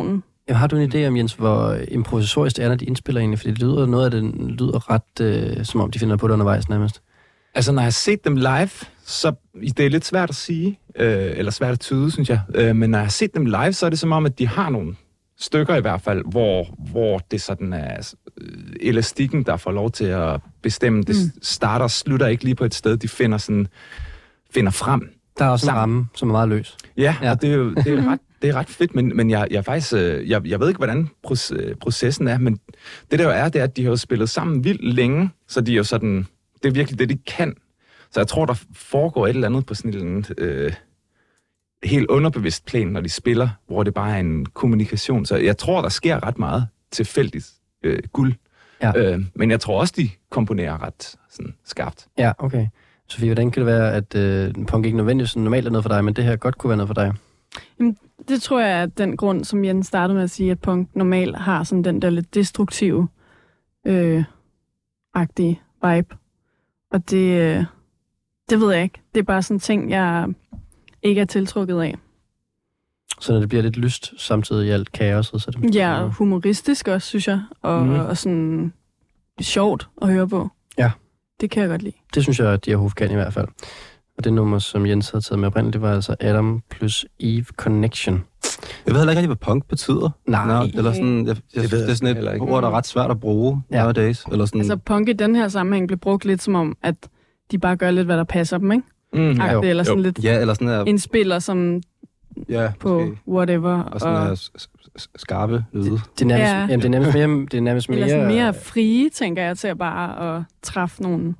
Jamen, har du en idé om, Jens, hvor improvisatorisk det er, når de indspiller egentlig? Fordi det lyder, noget af det lyder ret, øh, som om de finder på det undervejs nærmest. Altså, når jeg har set dem live, så det er lidt svært at sige, øh, eller svært at tyde, synes jeg. Øh, men når jeg har set dem live, så er det som om, at de har nogle stykker i hvert fald, hvor, hvor det sådan er øh, elastikken, der får lov til at bestemme. Det mm. starter og slutter ikke lige på et sted. De finder, sådan, finder frem. Der er også sammen. en ramme, som er meget løs. Ja, ja. Og det er jo det er ret, det er ret fedt, men, men jeg, jeg faktisk, jeg, jeg ved ikke, hvordan processen er, men det der jo er, det er, at de har jo spillet sammen vildt længe, så de er jo sådan, det er virkelig det, de kan. Så jeg tror, der foregår et eller andet på sådan en øh, helt underbevidst plan, når de spiller, hvor det bare er en kommunikation. Så jeg tror, der sker ret meget tilfældigt øh, guld. Ja. Øh, men jeg tror også, de komponerer ret sådan, skarpt. Ja, okay. Sofie, hvordan kan det være, at øh, punk ikke nødvendigvis normalt er noget for dig, men det her godt kunne være noget for dig? Jamen, det tror jeg er den grund, som Jens startede med at sige, at punk normalt har sådan den der lidt destruktive øh, agtige vibe. Og det, øh, det ved jeg ikke. Det er bare sådan en ting, jeg ikke er tiltrukket af. Så når det bliver lidt lyst samtidig i alt kaoset, så er det... Ja, humoristisk også, synes jeg. Og, mm. og sådan sjovt at høre på. Ja. Det kan jeg godt lide. Det synes jeg, at Dear Hof kan i hvert fald. Og det nummer, som Jens havde taget med oprindeligt, det var altså Adam plus Eve Connection. Jeg ved heller ikke rigtig, hvad punk betyder. Nej. Nå, eller sådan, jeg, jeg, det, det er sådan et ord, der er ret svært at bruge ja. nowadays. Eller sådan. Altså punk i den her sammenhæng blev brugt lidt som om, at de bare gør lidt, hvad der passer dem, ikke? Mm, ja, det, eller sådan jo. lidt ja, eller sådan her, indspiller, som ja, på måske. whatever. Og sådan og, her skarpe lyde. Det, det, er nærmest, ja. jamen, det er nærmest mere... Det er nærmest mere, eller sådan mere frie, tænker jeg, til at bare at træffe nogle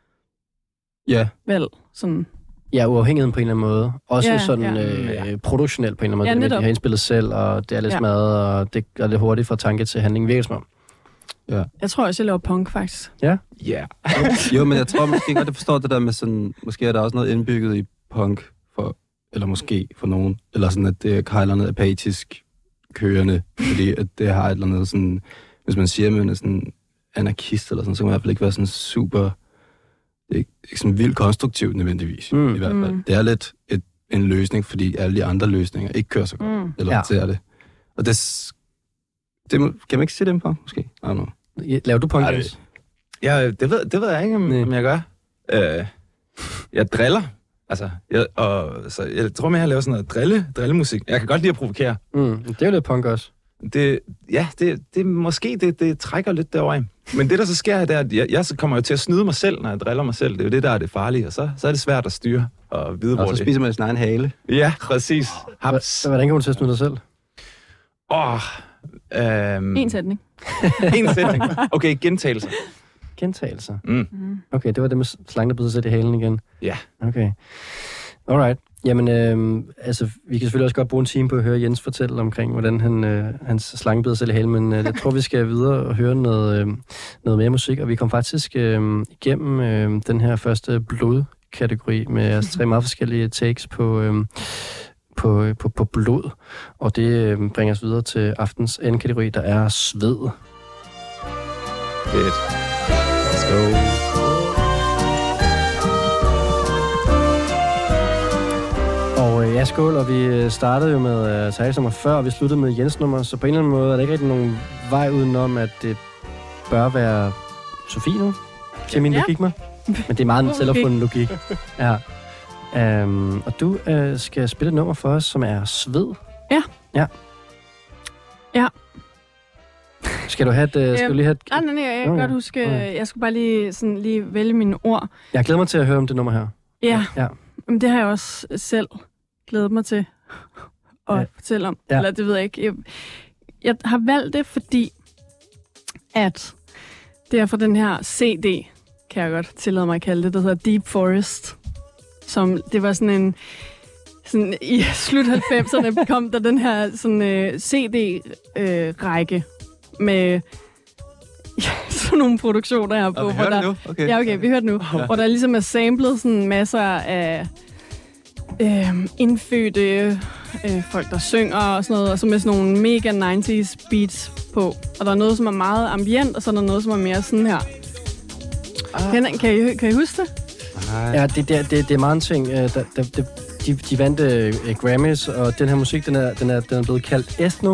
ja. valg. Sådan. Ja, uafhængigheden på en eller anden måde. Også ja, sådan ja. Øh, produktionelt på en eller anden måde. Ja, det, de har indspillet selv, og det er lidt ja. smadret, og det er lidt hurtigt fra tanke til handling. Virkelig som om. Ja. Jeg tror også, jeg laver punk, faktisk. Ja? Ja. Yeah. Jo, men jeg tror måske godt, jeg forstår det der med sådan... Måske er der også noget indbygget i punk, for, eller måske for nogen. Eller sådan, at det er noget apatisk kørende. Fordi at det har et eller andet sådan... Hvis man siger, at man er sådan anarkist eller sådan, så kan man i hvert fald ikke være sådan super... Det er ikke, ikke sådan vildt konstruktivt nødvendigvis, mm. i hvert fald. Mm. Det er lidt et, en løsning, fordi alle de andre løsninger ikke kører så godt. Mm. Eller ja. ser det. Og det... Det må, kan man ikke se dem på, måske? I don't know. Laver du punk? Ja, det ved, det ved jeg ikke, om, om jeg gør. Øh, jeg driller. Altså, jeg, og, så jeg tror mere, jeg laver sådan noget drille, drillemusik. Jeg kan godt lide at provokere. Mm, det er jo lidt punk også. Det, ja, det, det måske det, det trækker lidt derovre. Men det, der så sker, det er, at jeg, jeg så kommer jo til at snyde mig selv, når jeg driller mig selv. Det er jo det, der er det farlige. Og så, så er det svært at styre og vide, og hvor så det... spiser man sin egen hale. Ja, præcis. Haps. Hvordan kan du til at snyde dig selv? Åh... Oh, Øhm, en sætning. en sætning. Okay, gentagelser. Gentagelser? Mm. Okay, det var det med slangen, der blev sig i halen igen. Ja. Okay. Alright. Jamen, øh, altså, vi kan selvfølgelig også godt bruge en time på at høre Jens fortælle omkring, hvordan han, øh, hans slange bider sig i halen, men øh, jeg tror, vi skal videre og høre noget, øh, noget mere musik, og vi kom faktisk øh, igennem øh, den her første blodkategori med altså, tre meget forskellige takes på... Øh, På, på, på blod, og det øh, bringer os videre til aftens anden kategori, der er sved. Fedt. Let's go. Og øh, ja, skål, og vi startede jo med uh, Thijs nummer før, og vi sluttede med Jens nummer, så på en eller anden måde er der ikke rigtig nogen vej udenom, at det bør være Sofie nu, til min ja. logik mig. Men det er meget en selvopfundet logik. Ja. Um, og du uh, skal spille et nummer for os, som er sved. Ja. Ja. Ja. Skal du have et... Uh, skal du lige have et... Nej, nej, nej, jeg kan okay. godt huske... Okay. Jeg skulle bare lige, sådan, lige vælge mine ord. Jeg glæder mig til at høre om det nummer her. Ja. ja. Men det har jeg også selv glædet mig til at ja. fortælle om. Ja. Eller det ved jeg ikke. Jeg, jeg har valgt det, fordi at det er fra den her C D, kan jeg godt tillade mig at kalde det, der hedder Deep Forest. Som, det var sådan en... Sådan, i slut halvfemserne kom der den her sådan, uh, C D-række uh, med ja, sådan nogle produktioner her på. Og vi hører det nu? Okay. Ja, okay, vi hører det nu. Ja. Hvor der ligesom er samlet sådan masser af øh, indfødte øh, folk, der synger og sådan noget, og så med sådan nogle mega nineties beats på. Og der er noget, som er meget ambient, og så er der noget, som er mere sådan her. Ah. Kan, kan, I, kan I huske det? Ja, det, det, det, det er meget en ting. Der, der, det, de, de vandt uh, Grammys, og den her musik, den er, den er, den er blevet kaldt ethno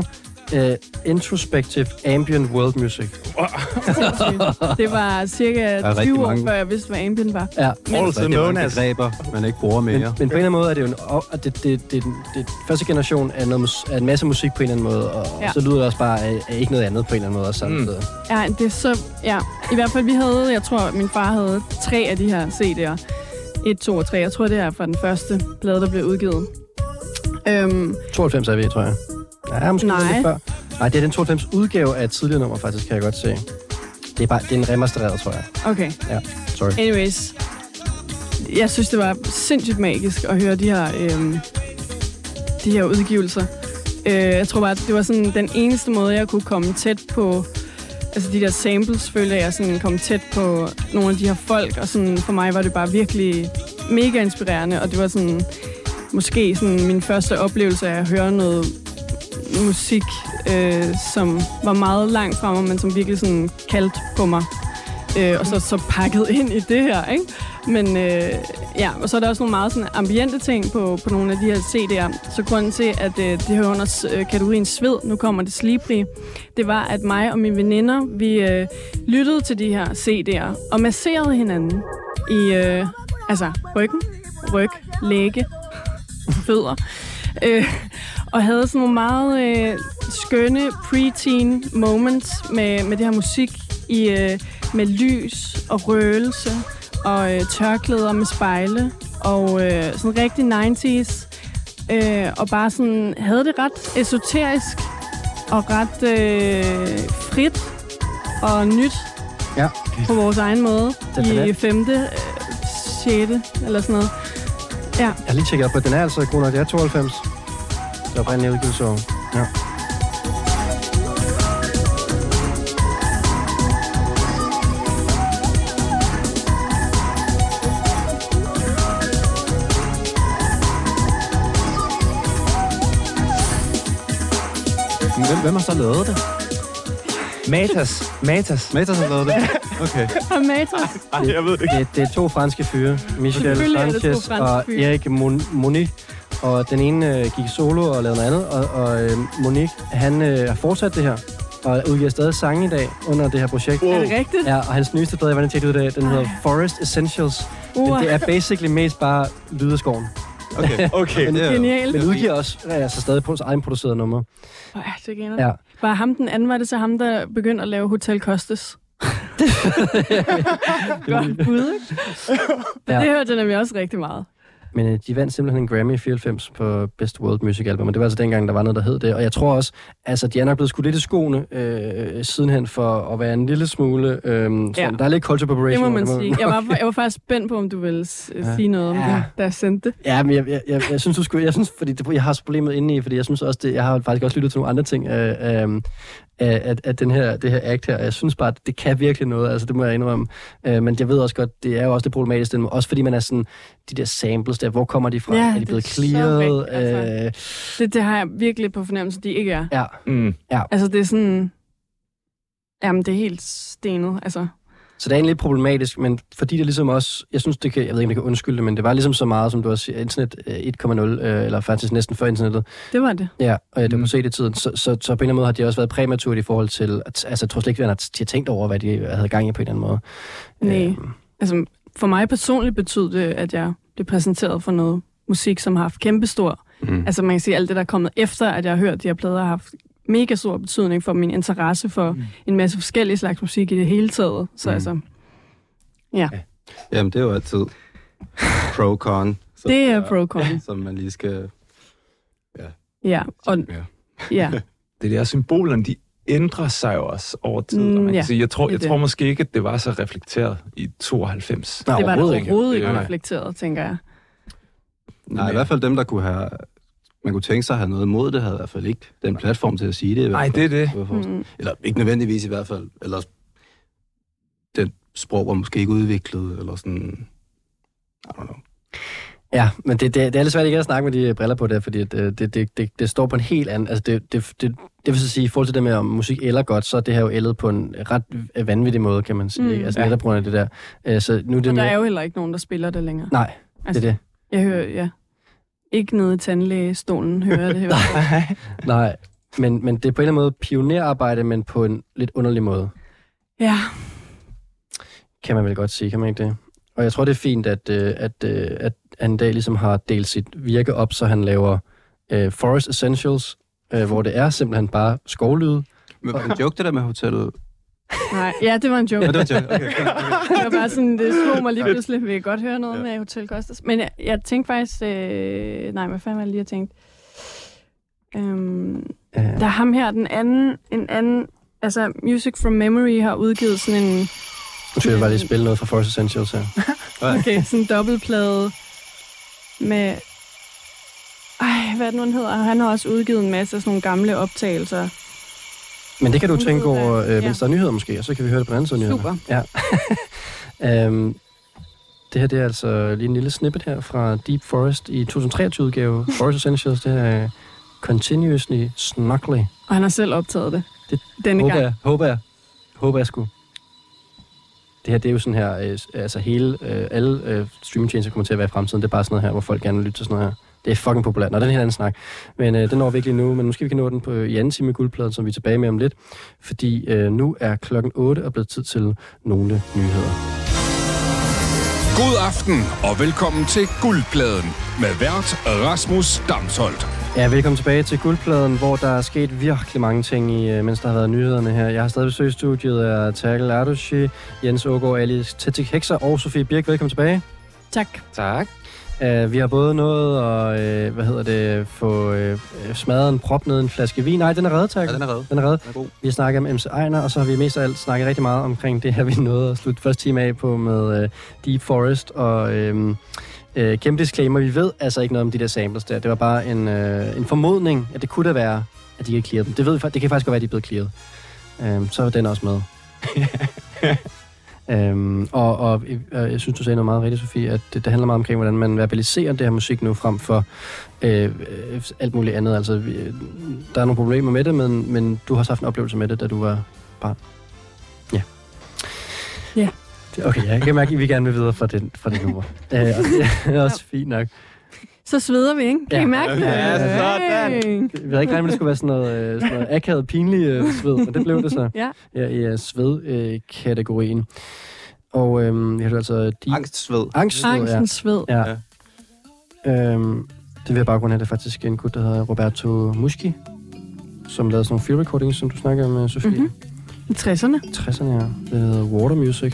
uh, introspective ambient world music. Det var cirka rigtig tyve år, mange. før jeg vidste, hvad ambient var. Ja. Also det er known nogle as... begreber, man ikke bruger mere. Men, men på en eller anden måde er det jo en, og det, det, det, det, det første generation af, noget, mus- af en masse musik på en eller anden måde, og Ja. så lyder det også bare af, af ikke noget andet på en eller anden måde også samtidig. Mm. Ja, det er så... Ja, i hvert fald, vi havde... Jeg tror, min far havde tre af de her C D'er. Et, to og tre. Jeg tror, det er fra den første plade, der blev udgivet. Øhm, tooghalvfems er vi, tror jeg. Ja, måske Nej. lidt før. Nej, det er den tooghalvfems udgave af et tidligere nummer, faktisk, kan jeg godt se. Det er bare det er en remastereret, tror jeg. okay. Ja, sorry. Anyways. Jeg synes, det var sindssygt magisk at høre de her, øhm, de her udgivelser. Øh, jeg tror bare, det var sådan den eneste måde, jeg kunne komme tæt på... Altså de der samples, følte jeg sådan kom tæt på nogle af de her folk, og sådan, for mig var det bare virkelig mega inspirerende, og det var sådan måske sådan min første oplevelse af at høre noget musik, øh, som var meget langt fra mig, men som virkelig sådan kaldte på mig, øh, og så, så pakket ind i det her, ikke? Men øh, ja, og så er der også nogle meget sådan ambiente ting på, på nogle af de her C D'er. Så grunden til, at øh, det hører under øh, kategorien sved, nu kommer det slibrig, det var, at mig og mine veninder, vi øh, lyttede til de her C D'er og masserede hinanden i øh, altså ryggen, ryg, læge, fødder. Øh, og havde sådan nogle meget øh, skønne preteen moments med, med det her musik i, øh, med lys og røgelse og øh, tørklæder med spejle og øh, sådan rigtig nioghalvfems øh, og bare sådan havde det ret esoterisk og ret øh, frit og nyt Ja. på vores egen måde Det er i det. femte, øh, sjette eller sådan noget. Ja. Jeg har lige tjekket op på, den er altså god nok. Det er tooghalvfems. Det var oprindeligt udgivelsesår. Ja. Hvem, hvem har så lavet det? Matas. Matas. Matas har lavet det? Okay. Og Matas. Ej, jeg ved det ikke. Det, det er to franske fyre. Michel Selvfølgelig er det to Sanchez franske og fyre. Erik Mon- Monique. Og den ene øh, gik solo og lavede noget andet. Og, og øh, Monique, han øh, har fortsat det her. Og udgiver stadig sange i dag under det her projekt. Er det rigtigt? Ja, og hans nyeste plade, jeg var tjekket ud af, den hedder Forest Essentials. Men Uh, det er basically mest bare lyde af skoven. Okay. Okay. Men, Det er- genialt. men udgiver også altså stadig på egen produceret nummer. Åh, ja, det griner. Ja. Var ham den anden, var det så ham, der begyndte at lave Hotel Costes? Godt bud, ikke? Ja. Det hørte jeg nemlig også rigtig meget. Men øh, de vandt simpelthen en Grammy i fireoghalvfems på Best World Music Album, og det var altså dengang, der var noget, der hed det. Og jeg tror også, altså de er nok blevet skudt lidt i skoene øh, sidenhen for at være en lille smule... Øh, ja. Ja. Der er lidt culture appropriation. Det må over man sige. Jeg var, jeg var faktisk spændt på, om du ville s- Ja. sige noget om Ja. det, da jeg sendte det. Ja, men jeg, jeg, jeg, jeg synes, du skulle... Jeg synes, fordi det, jeg har også problemet inde i, fordi jeg synes også, det, jeg har faktisk også lyttet til nogle andre ting af, af, af, af den her, det her act her, og jeg synes bare, at det kan virkelig noget, altså det må jeg indrømme. Øh, men jeg ved også godt, det er jo også det problematiske, også fordi man er sådan, de der samples der, hvor kommer de fra? Ja, er de det blevet er så clearet? rigtigt, altså. Øh, det. Det har jeg virkelig på fornemmelse, de ikke er. ja, Mm. Altså, det er sådan... Jamen, det er helt stenet, altså. så det er egentlig lidt problematisk, men fordi det ligesom også, jeg synes, det kan, jeg ved ikke, om det kan undskylde det, men det var ligesom så meget, som du også siger, internet øh, et komma nul, øh, eller faktisk næsten før internettet. Det var det. Ja, og det Mm. var set i tiden. Så, så, så på en eller anden måde har de også været præmaturt i forhold til, at, altså jeg tror slet ikke, at de har tænkt over, hvad de havde gang i på en eller anden måde. Nej. Øh, Altså, for mig personligt betød det, at jeg blev præsenteret for noget musik, som har haft kæmpestor... Mm. Altså, man kan sige, alt det, der er kommet efter, at jeg har hørt de her plader, har haft mega stor betydning for min interesse for mm. en masse forskellige slags musik i det hele taget. Så Mm. altså... Ja, Jamen, det er jo altid pro-con. som- det er pro-con. Som man lige skal... Ja, og Ja. ja. Det der symbolerne, de ændrer sig jo også over tid. Mm, og man kan ja, sige, jeg tror, det er jeg det. tror måske ikke, at det var så reflekteret i tooghalvfems. nej, Det var det overhovedet ikke. overhovedet ikke Nej. reflekteret, tænker jeg. Nej, i hvert fald dem, der kunne have... Man kunne tænke sig at have noget imod det, havde i hvert fald ikke den platform til at sige det. i hvert Nej, fald. det er det. Kunne jeg forestille mig. Mm. Eller ikke nødvendigvis i hvert fald. Eller den sprog var måske ikke udviklet, eller sådan... I don't know. Ja, men det, det, det er lidt svært ikke at snakke med de briller på det, fordi det, det, det, det, det står på en helt anden... Altså det, det, det, det vil så sige, i forhold til det med, om musik eller godt, så er det her jo ældet på en ret vanvittig måde, kan man sige. Mm. Ikke? Altså Ja. netop på grund af det der. Øh, Så nu er det Og der mere... er jo heller ikke nogen, der spiller det længere. Nej, Altså, det er det. Jeg hører, ja. Ikke nede i tandlægestolen, hører jeg det. i hvert fald. Nej, men, men det er på en eller anden måde pionerarbejde, men på en lidt underlig måde. Ja. Kan man vel godt sige, kan man ikke det? Og jeg tror, det er fint, at, øh, at, øh, at han i dag ligesom har delt sit virke op, så han laver øh, Forest Essentials, øh, hvor det er simpelthen bare skovlyde. Men var det en joke, det der med hotellet? Nej, ja, det var en joke. Ja, det var en joke. Okay, okay, okay. Det var bare sådan, det slog mig lige pludselig. Vil jeg godt høre noget ja. med Hotel Costas? Men jeg, jeg tænkte faktisk... Øh, nej, hvad fanden var det lige, jeg tænkte? Øhm, Uh. der er ham her, den anden... En anden altså, Music from Memory har udgivet sådan en... Nu skal jeg bare lige spille noget fra Forest Essentials her. Okay, sådan en dobbeltplade med... Ej, hvad er det nu, han hedder? Han har også udgivet en masse af sådan nogle gamle optagelser. Men det kan du tænke over, øh, ja. mens der er nyheder måske, og så kan vi høre det på den anden side nyheder. Super. Ja. um, det her, det er altså lige en lille snippet her fra Deep Forest i to tusind og treogtyve-udgave. Forest Essentials, det er Continuously Snuggly. Og han har selv optaget det, Det denne håber gang. jeg, håber jeg, håber jeg sgu. Det her, det er jo sådan her, øh, altså hele, øh, alle øh, streamingtjenester kommer til at være i fremtiden. Det er bare sådan noget her, hvor folk gerne vil lytte til sådan noget her. Det er fucking populært. Nå, den her anden snak. Men øh, den når vi ikke lige nu, men nu skal vi nå den på, i anden time i Guldpladen, som vi er tilbage med om lidt. Fordi øh, nu er klokken otte og blevet tid til nogle nyheder. God aften og velkommen til Guldpladen med vært Rasmus Damsholdt. Ja, velkommen tilbage til Guldpladen, hvor der er sket virkelig mange ting, i, øh, mens der har været nyhederne her. Jeg har stadig besøgt studiet af Terkel Ardushi, Jens Ågaard, Alice Tetik Hekser og Sofie Birk. Velkommen tilbage. Tak. Tak. Uh, vi har både nået at, uh, hvad hedder det, få uh, smadret en prop ned i en flaske vin. Nej, den er reddet, tak. Ja, den er reddet. Den er reddet. Den er god. Vi har snakket om M C Ejner, og så har vi mest af alt snakket rigtig meget omkring det her, vi nåede at slutte første time af på med uh, Deep Forest og uh, uh, kæmpe disclaimer. Vi ved altså ikke noget om de der samples der. Det var bare en, uh, en formodning, at det kunne da være, at de ikke clearet dem. Det, ved vi, det kan faktisk godt være, at de er blevet clearet. Uh, så var den også med. Øhm, og, og øh, jeg synes, du sagde noget meget rigtigt, Sofie, at det, det handler meget omkring, hvordan man verbaliserer det her musik nu, frem for øh, øh, alt muligt andet. Altså, vi, der er nogle problemer med det, men, men du har også haft en oplevelse med det, da du var barn. Ja. Ja. Okay, jeg kan mærke, at vi gerne vil videre fra det, fra det nummer. øh, og det er også fint nok. Så sveder vi, ikke? Kan Ja. I mærke det? Ja, sådan. Vi havde ikke regnet med, at det skulle være sådan noget, øh, sådan noget akavet, pinlig øh, sved, men det blev det så. Ja. Ja, i uh, sved-kategorien. Øh, og øhm, jeg hørte altså... De... Angstsved. Angstsved, ja. Angstens sved. Ja. ja. Øhm, det vil jeg baggrund af, det er faktisk en gut, der hedder Roberto Muschi, som lavede sådan nogle field recordings, som du snakker med, Sofie. Mm-hmm. I tresserne. tresserne, ja. Det hedder Water Music.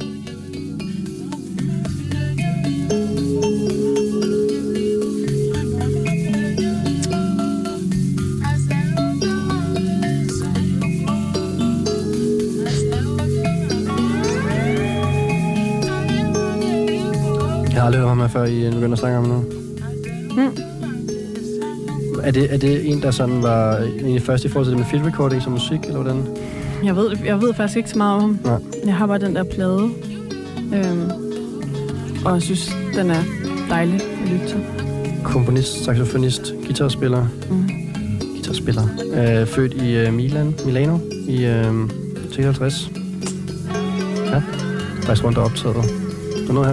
Jeg har aldrig hørt ham her før, I begynder at snakke om nu. Mm. Er det, er det en, der sådan var egentlig først i forhold til det med field recording som musik, eller hvordan? Jeg ved, jeg ved faktisk ikke så meget om ham. Nej. Jeg har bare den der plade. Øhm, og jeg synes, den er dejlig at lytte til. Komponist, saxofonist, guitarspiller. Mm. Guitarspiller. Øh, født i øh, Milan, Milano i øh, treoghalvtreds. Ja, faktisk rundt og optaget på noget her.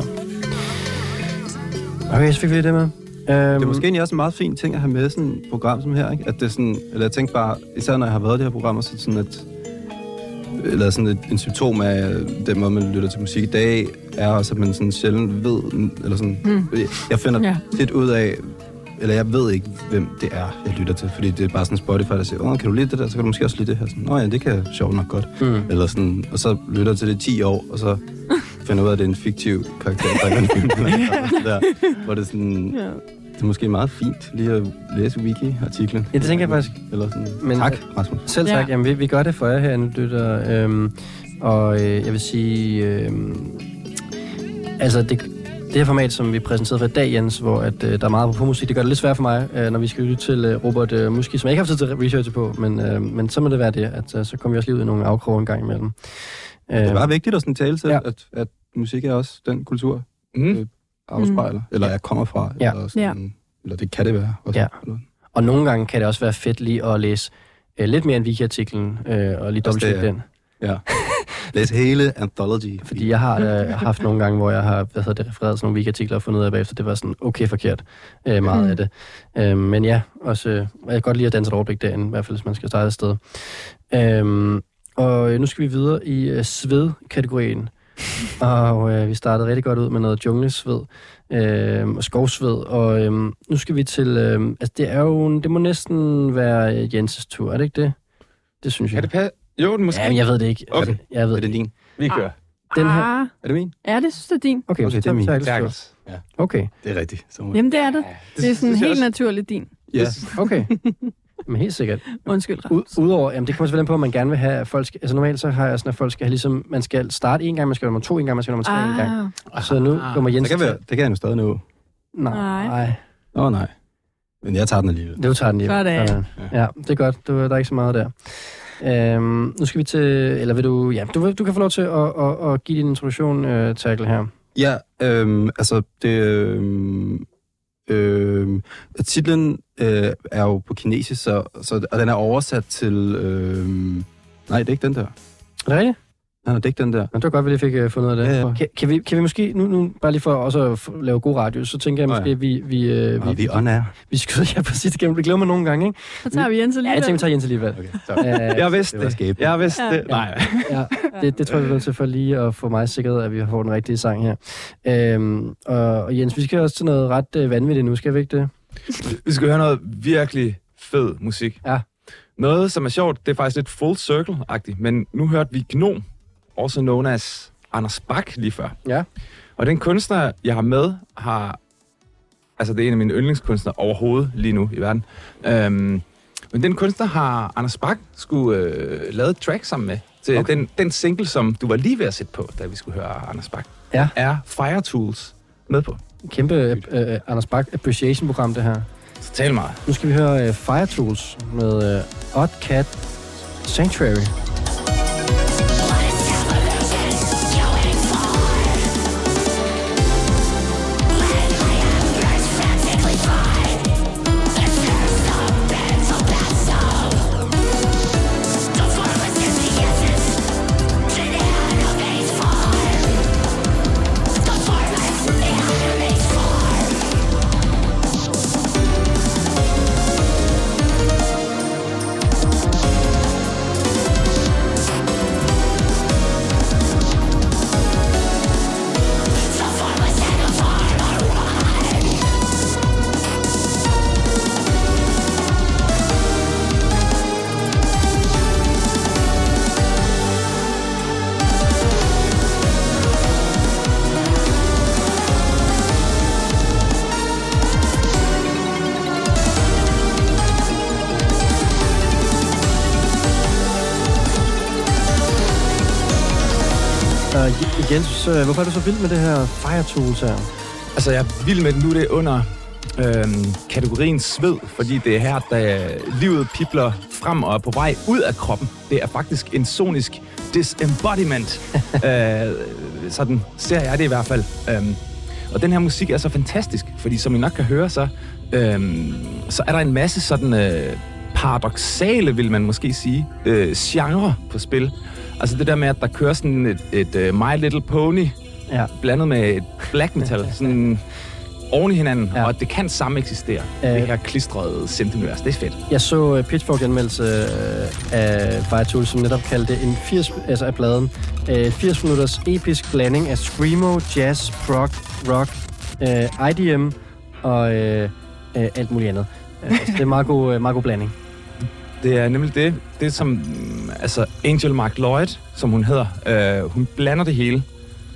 Okay, så fik vi lige det med. Det er Um, måske egentlig også en meget fin ting at have med sådan et program som her, ikke? At det er sådan, eller jeg tænker bare, især når jeg har været i det her program, så sådan at, eller sådan et, en symptom af den måde, man lytter til musik i dag, er også, at man sådan sjældent ved, eller sådan, Mm. jeg finder Ja. lidt ud af, eller jeg ved ikke, hvem det er, jeg lytter til, fordi det er bare sådan Spotify, der siger, åh, kan du lide det der, så kan du måske også lide det her. Sådan, nå ja, det kan jeg sjovt nok godt. Mm. Eller sådan, og så lytter jeg til det i ti år, og så finder ud af, at det er en fiktiv karakter, der er en film, der, hvor det er sådan... Ja. Det er måske meget fint lige at læse wiki-artiklen. Ja, det tænker jeg faktisk. Eller sådan. Men- Tak, Rasmus. Selv tak. Ja. Jamen, vi, vi gør det for jer herinde, lytter. Øhm, og øh, jeg vil sige... Øhm, altså, det, det her format, som vi præsenterede for i dag, Jens, hvor at, øh, der er meget på musik, det gør det lidt svært for mig, øh, når vi skal lytte til øh, Robert øh, Muschi, som jeg ikke har haft tid til at researche på, men, øh, men så må det være det, at øh, så kommer vi også lige ud i nogle afkroge en gang imellem. Øh, Det er bare vigtigt at sådan tale til, Ja. ja. at, at musik er også den kultur, Mm. øh, afspejler, mm. eller jeg kommer fra, Ja. eller, sådan, eller det kan det være. Også, Ja. eller, Og nogle gange kan det også være fedt lige at læse øh, lidt mere end wiki-artiklen, øh, og lige Også det, dobbelttjekke ja. den. ja. Læs hele Anthology. Fordi jeg har øh, haft nogle gange, hvor jeg har hvad hedder det, refereret sådan nogle weekartikler og fundet ud af bagefter, det var sådan okay forkert, øh, meget mm. af det. Øh, men ja, også, øh, jeg kan godt lide at danse et overblik derinde, i hvert fald hvis man skal starte et sted. Øh, og nu skal vi videre i øh, sved-kategorien. Og øh, vi startede rigtig godt ud med noget junglesved øh, og skovsved, og øh, nu skal vi til, øh, altså det er jo, det må næsten være Jenses tur, er det ikke det? Det synes jeg. Er det pas? Jo, det måske. Ja, men jeg ved det ikke. Okay. Jeg ved Er det din? Vi kører. Den her. Ah, Er det min? ja, det synes jeg er din. Okay, Okay, så det er min. tager jeg det Stærkest. Ja. Okay, Det er rigtigt. Så må... Jamen, det er det. Det er sådan synes jeg helt også. naturligt din. Ja. okay. Men helt sikkert. Undskyld, Ud, Rasmus. Udover, jamen det kommer selvfølgelig an på, at man gerne vil have, at folk skal, altså normalt så har jeg sådan, at folk skal have ligesom, man skal starte en gang, man skal være nummer to en gang, man skal være nummer tre en gang. Ah, Så nu kommer Jens Det kan, være, det kan jeg nu stadig nå. Nej, Nej. nej. Åh oh, nej. Men jeg tager den alligevel. Du tager den lige. Sådan. Sådan. Ja, det er godt. Du, der er ikke så meget der. Øhm, nu skal vi til, eller vil du, ja, du, du kan få lov til at, at, at give din introduktion, uh, Tackle her. Ja, øhm, altså det... Øhm, øhm, titlen øh, er jo på kinesisk, så, så, og den er oversat til... Øhm, nej, det er ikke den der. Er det rigtigt? Nej, det er ikke den der. Men det var godt, at vi lige fik uh, fundet ud af det. Ja, ja. Kan, kan, vi, kan vi måske, nu, nu bare lige for også at f- lave god radio, så tænker jeg Nå, måske, ja. at vi, vi, uh, Og vi, vi er on air. vi skyder jer præcis igennem. Det glemmer man nogle gange, ikke? Så tager vi Jens Ja, alligevel. jeg tænker, vi tager Jens alligevel. Okay, så. Uh, Jeg vidste Det var det. skæbnen. Jeg vidste Ja. det. Nej. Ja, det, det tror jeg, vi er nødt til for lige at få mig sikret, at vi får den rigtige sang her. Øhm, og, og Jens, vi skal også til noget ret øh, vanvittigt nu, skal vi ikke det? Vi skal høre noget virkelig fed musik. Ja. Noget, som er sjovt, det er faktisk lidt full circle-agtigt, men nu hørte vi Gnom, også known as Anders Bak lige før. Ja. Og den kunstner, jeg har med, har... Altså, det er en af mine yndlingskunstnere overhovedet lige nu i verden. Øhm, men den kunstner har Anders Bak skulle øh, lavet et track sammen med. Til Okay. den, den single, som du var lige ved at sætte på, da vi skulle høre Anders Bak, Ja. er Fire Tools med på. Kæmpe øh, øh, Anders Bak appreciation-program, det her. Så tal meget. Nu skal vi høre øh, Fire Tools med øh, Odd Cat Sanctuary. Uh, Jens, øh, hvorfor er du så vild med det her Fire Tools her? Altså, jeg er vild med det nu, det er under øhm, kategorien sved, fordi det er her, da livet pipler frem og er på vej ud af kroppen. Det er faktisk en sonisk disembodiment. øh, sådan ser jeg det i hvert fald. Øhm, og den her musik er så fantastisk, fordi som I nok kan høre, så, øhm, så er der en masse sådan øh, paradoksale, vil man måske sige, øh, genre på spil. Altså det der med, at der kører sådan et, et, et My Little Pony, Ja. blandet med et black metal, sådan oven i hinanden, Ja. ja. og det kan samme eksistere. Øh. Det her klistrede synthunivers, det er fedt. Jeg så uh, Pitchfork-anmeldelse uh, af Fire Tools, som netop kaldte det en firs, altså af pladen, uh, firs minutters episk blanding af screamo, jazz, prog, rock, uh, I D M og uh, uh, alt muligt andet. Uh, altså, det er en meget god, uh, meget god blanding. Det er nemlig det, det som, mm, altså Angel Mark Lloyd, som hun hedder, øh, hun blander det hele.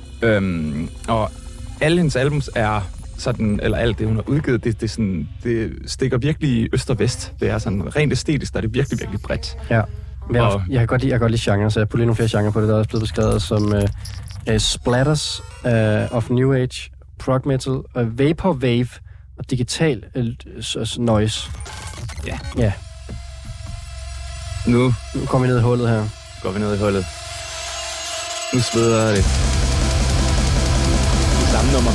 Øhm, og alle hendes albums er sådan, eller alt det, hun har udgivet, det, det, sådan, det stikker virkelig i øst og vest. Det er sådan rent æstetisk, der er det virkelig, virkelig bredt. Ja. Men jeg, Og- jeg kan godt lide, jeg kan godt lide genre, så jeg putter lige nogle flere genre på det, der er også blevet beskrevet som uh, uh, splatters uh, of New Age, prog metal, uh, vaporwave og digital uh, noise. Ja. Ja, Nu nu kommer vi ned i hullet her. går vi ned i hullet. Nu sveder det. Det samme nummer.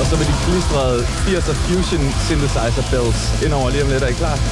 Og så med de klistrede firser Fusion synthesizer bells ind over lige om lidt. Er I klar?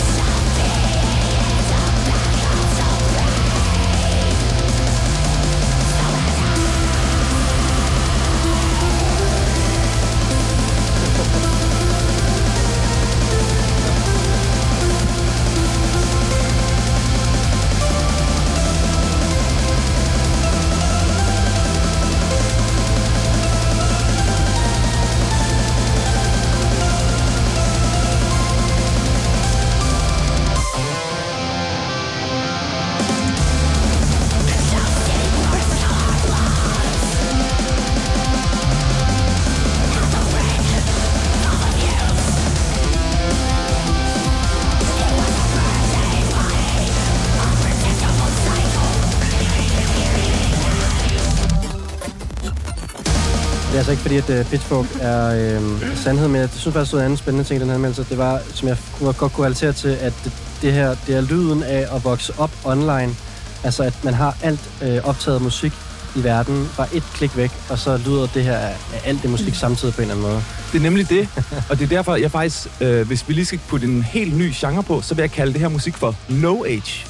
Det er altså ikke fordi, at uh, Pitchfork er øh, sandhed, men jeg synes faktisk, at en anden spændende ting i den her anmeldelse, det var, som jeg kunne, godt kunne relatere til, at det, det her, det er lyden af at vokse op online. Altså, at man har alt øh, optaget musik i verden, bare et klik væk, og så lyder det her af alt det musik samtidig på en eller anden måde. Det er nemlig det, og det er derfor, jeg faktisk, øh, hvis vi lige skal putte en helt ny genre på, så vil jeg kalde det her musik for No Age.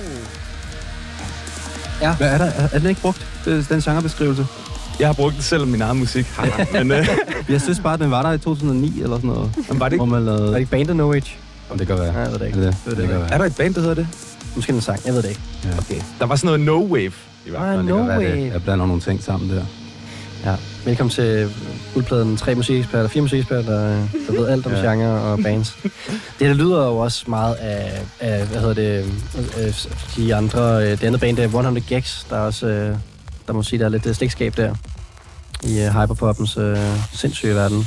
Ja. Hvad er der? Er den ikke brugt, den genrebeskrivelse? Jeg har brugt det selv om min egen musik. Men, øh, jeg synes bare, at den var der i to tusind og ni eller sådan noget. Men var det ikke? Man lavede... Var det ikke bandet No Age? Om det kan være. Ja, jeg ved det ikke. Det, det, det, det, det, det er der et band, der hedder det? Måske en sang, jeg ved det ikke. Ja. Okay. Der var sådan noget No Wave. I hvert fald. Ah, No Wave. Jeg blander nogle ting sammen der. Ja. Velkommen til Guldpladen. Tre musikeksperter, fire musikeksperter, der, der ved alt om ja. genre og bands. Det der lyder jo også meget af, af hvad hedder det, øh, de andre, det andet band, der hundrede Gags, der er også, øh, der må sige, der er lidt slægtskab der i øh, hyperpoppens øh, sindssyge verden.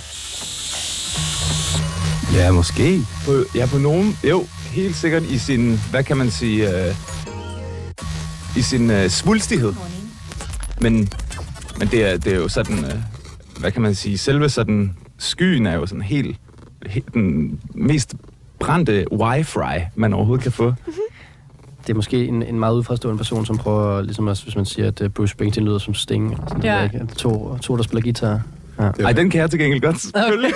Ja, måske. På, ja, på nogen, jo, helt sikkert i sin, hvad kan man sige, øh, i sin øh, svulstighed. Men, men det, er, det er jo sådan, øh, hvad kan man sige, selve sådan, skyen er jo sådan helt, helt den mest brændte wifi, man overhovedet kan få. Det er måske en, en meget udfrastående person, som prøver, ligesom også, hvis man siger, at Bruce Springsteen lyder som Sting. Eller sådan ja. noget, to, to, der spiller guitar. Ja. Ej, den kan jeg til gengæld godt, selvfølgelig.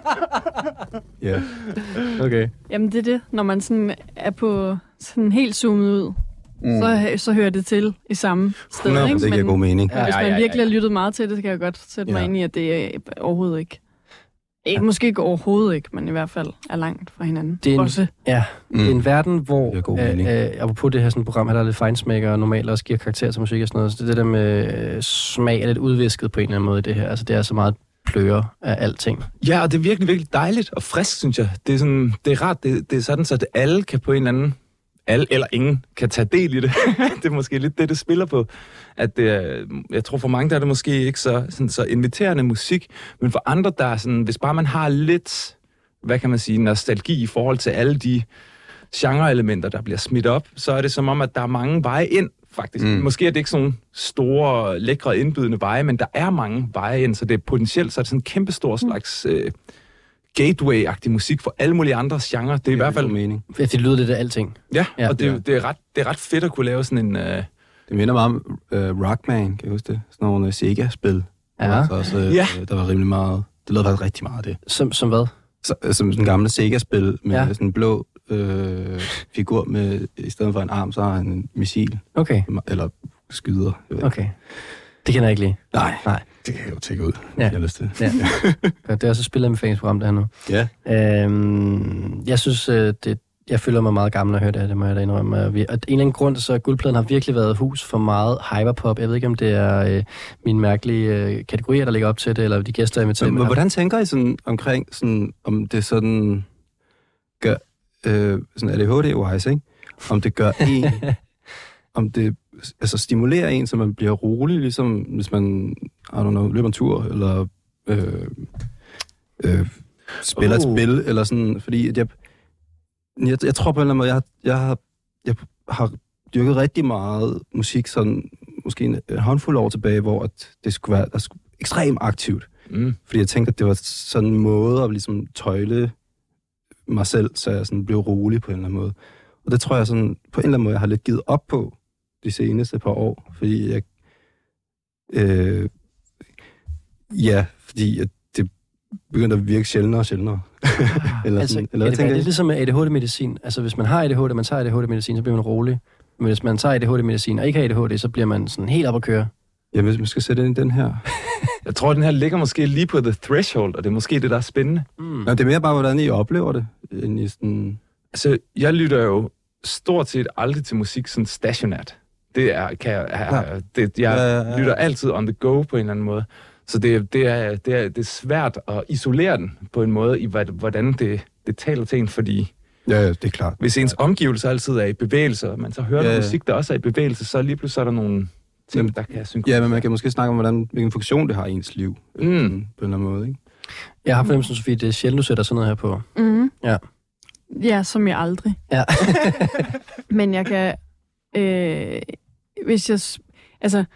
Ja. yeah. Okay. Jamen, det er det. Når man sådan er på sådan helt zoomet ud, mm. så, så hører det til i samme sted, hundrede procent ikke? Det giver god mening. Ja, hvis man ja, ja, ja. virkelig har lyttet meget til det, så kan jeg godt sætte mig ja. ind i, at det er overhovedet ikke. Ja. Måske ikke overhovedet ikke, men i hvert fald er langt fra hinanden. Det er en, også. Ja, mm. det er en verden, hvor, øh, øh, apropos det her sådan program, her der er lidt fejnsmækker og normalt også giver karakter til musik og sådan noget, så det er det der med øh, smag er lidt udvisket på en eller anden måde i det her. Altså det er så meget pløre af alting. Ja, og det er virkelig, virkelig dejligt og frisk, synes jeg. Det er, sådan, det er rart, det, det er sådan, så at alle kan på en eller anden, alle eller ingen kan tage del i det. Det er måske lidt det, det spiller på. At det er, jeg tror for mange, der er det måske ikke så, sådan, så inviterende musik, men for andre, der er sådan, hvis bare man har lidt, hvad kan man sige, nostalgi i forhold til alle de genreelementer, der bliver smidt op, så er det som om, at der er mange veje ind, faktisk. Mm. Måske er det ikke sådan store, lækre, indbydende veje, men der er mange veje ind, så det er potentielt, så er det sådan en kæmpe stor slags øh, gateway-agtig musik for alle mulige andre genrer. Det er i hvert fald mening. Det lyder lidt af alting. Ja, ja og det, ja. det, er ret, det er ret fedt at kunne lave sådan en... Øh... Det minder meget om uh, Rockman, kan jeg huske det? Sådan nogle Sega-spil. Ja. Så også, uh, ja. Der var rimelig meget... Det lød faktisk rigtig meget af det. Som, som hvad? Så, som sådan en gamle Sega-spil med ja. sådan en blå øh, figur med... I stedet for en arm, så har han en missil. Okay. Eller skyder. Okay. Det kender jeg ikke lige. Nej. Nej. Det kan jeg jo tjekke ud, ja. jeg har lyst til. Ja. Det er også et spilleranbefalingsprogram, det her nu. Ja. Øhm, jeg synes, det, jeg føler mig meget gammel at høre det her, det må jeg da indrømme. Og en eller anden grund, så Guldpladen har virkelig været hus for meget hyperpop. Jeg ved ikke, om det er øh, mine mærkelige øh, kategorier, der ligger op til det, eller de gæster, jeg inviterer. Men hvordan tænker I sådan omkring, sådan, om det sådan gør, øh, sådan A D H D-wise, ikke? Om det gør en, om det altså stimulerer en, så man bliver rolig, ligesom hvis man, I don't know, løber en tur, eller øh, øh, spiller oh. et spil, eller sådan, fordi jeg, jeg, jeg tror på en eller anden måde, jeg, jeg, har, jeg har dyrket rigtig meget musik, sådan måske en, en håndfuld år tilbage, hvor at det skulle være der skulle, ekstremt aktivt. Mm. Fordi jeg tænkte, at det var sådan en måde at ligesom tøjle mig selv, så jeg sådan blev rolig på en eller anden måde. Og det tror jeg sådan, på en eller anden måde, jeg har lidt givet op på de seneste par år, fordi jeg... Øh, ja, fordi at det, begyndte at virke sjældnere og sjældnere. eller Altså, sådan, er eller det, hvad er tænker det I? ligesom med A D H D-medicin? Altså, hvis man har A D H D, man tager A D H D-medicin, så bliver man rolig. Men hvis man tager A D H D-medicin og ikke har A D H D, så bliver man sådan helt op at køre. Ja, hvis man skal sætte ind i den her. Jeg tror, at den her ligger måske lige på the threshold, og det er måske det, der er spændende. Mm. Nå, det er mere bare, hvordan I oplever det. End I sådan... Altså, jeg lytter jo stort set aldrig til musik sådan stationært. Det er, kan jeg, er, det, jeg Ja, ja, ja. lytter altid on the go på en eller anden måde. Så det, det, er, det, er, det er svært at isolere den på en måde, i hvordan det, det taler til en, fordi Ja, ja, det er klart. hvis ens omgivelser altid er i bevægelse, og man så hører Ja, ja, ja. musik, der også er i bevægelse, så lige pludselig er der nogle ting, Jamen, der kan synkronisere. Ja, men man kan måske snakke om, hvordan, hvilken funktion det har i ens liv. Mm. Sådan, på en eller anden måde, ikke? Jeg har fornemmelsen, Sofie, det er sjældent, du sætter sådan noget her på. Mm. Ja. Ja, som jeg aldrig. Ja. Men jeg kan... Øh, hvis jeg... s- Altså...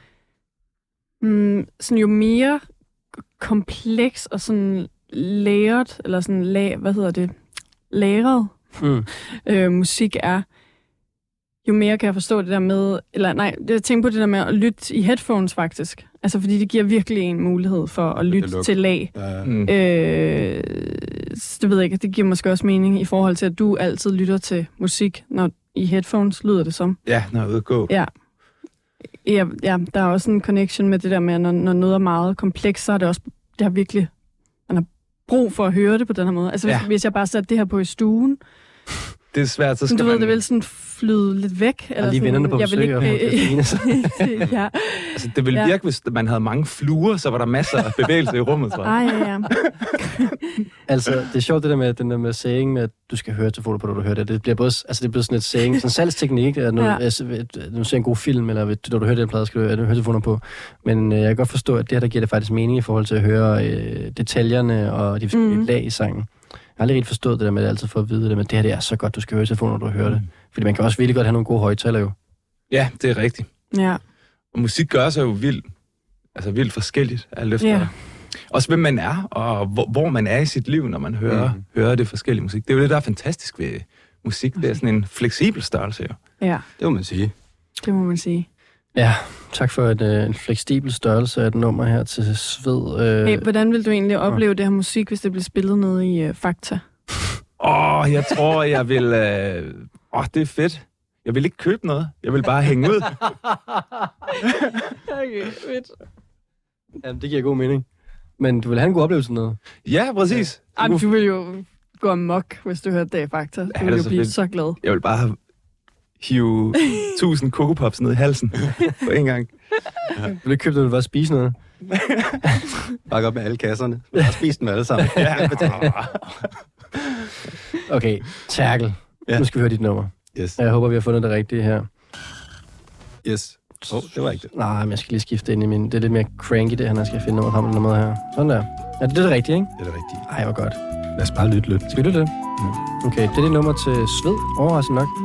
Mm, sådan jo mere kompleks og sådan layered, eller sådan lag, hvad hedder det? Lagret Mm. øh, musik er, jo mere kan jeg forstå det der med, eller nej, jeg tænker på det der med at lytte i headphones faktisk. Altså fordi det giver virkelig en mulighed for at lytte lukker. til lag. Ja, Mm. Øh, så det ved jeg ikke, det giver måske også mening i forhold til, at du altid lytter til musik, når i headphones lyder det som. Ja, når jeg er ude at gå. Ja. Ja, ja, der er også en connection med det der med, at når, når noget er meget komplekst, så er det også, det har virkelig, man har brug for at høre det på den her måde. Altså hvis, Ja. hvis jeg bare satte det her på i stuen, Det er svært, så så skal du ved, man... det vil sådan flyde lidt væk. Og Eller lige sådan, vennerne på jeg vil besøg og ikke, Katrine, så- ja. Altså, det ville Ja. virke, hvis man havde mange fluer, så var der masser af bevægelse i rummet, tror jeg. Ej, ja, ja. Altså, det er sjovt det der med, den der med saying med, at du skal høre telefoner på, når du hører det. Det bliver både, altså det bliver sådan et saying, sådan en salgsteknik, at når, Ja. ja. altså, når du ser en god film, eller når du hører den plade, skal du høre telefoner på. Men øh, jeg kan godt forstå, at det her, der giver det faktisk mening i forhold til at høre øh, detaljerne og de forskellige Mhm. mm. lag i sangen. Jeg har aldrig rigtig forstået det der med, at jeg altid får at vide det med, at det her det er så godt, du skal høre telefoner, når du hører det. Fordi man kan også virkelig godt have nogle gode højtaler jo. Ja, det er rigtigt. ja. Og musik gør sig jo vildt, altså vildt forskelligt, alt efter. Ja. Også hvem man er, og hvor, hvor man er i sit liv, når man hører, Mhm. mm. hører det forskellige musik. Det er jo det, der er fantastisk ved musik. Det er sådan en fleksibel størrelse, jo. ja, det må man sige. det må man sige. Ja, tak for et, øh, en fleksibel størrelse af et nummer her til Sved. Øh, Hey, hvordan vil du egentlig opleve det her musik, hvis det bliver spillet nede i uh, Fakta? Åh, oh, jeg tror, jeg vil... Åh, øh... oh, det er fedt. Jeg vil ikke købe noget. Jeg vil bare hænge ud. Okay, fedt. Jamen, det giver god mening. Men du vil have en god oplevelse noget. Ja, præcis. Ej, du vil jo gå amok, hvis du hørte det i Fakta. Du Ja, vil det er jo så blive fedt. så glad. Jeg vil bare hive tusind Coco Pops ned i halsen på en gang. Du vil ikke købe det, du vil bare spise noget. Bakke op med alle kasserne. Jeg har spist dem alle sammen. Ja. Okay, Terkel. Ja. Ja. Nu skal vi høre dit nummer. Yes. Jeg håber, vi har fundet det rigtige her. Yes. Åh, oh, det var ikke det. Nej, men jeg skal lige skifte ind i min... Det er lidt mere cranky, det her, når jeg skal finde nummer frem nummer her. Sådan der. Ja, det er det rigtige, ikke? Det er det rigtige. Ej, hvor godt. Lad os bare lytte lidt. Skal vi lytte det? Okay, det er det nummer til Sved. Overraskende nok.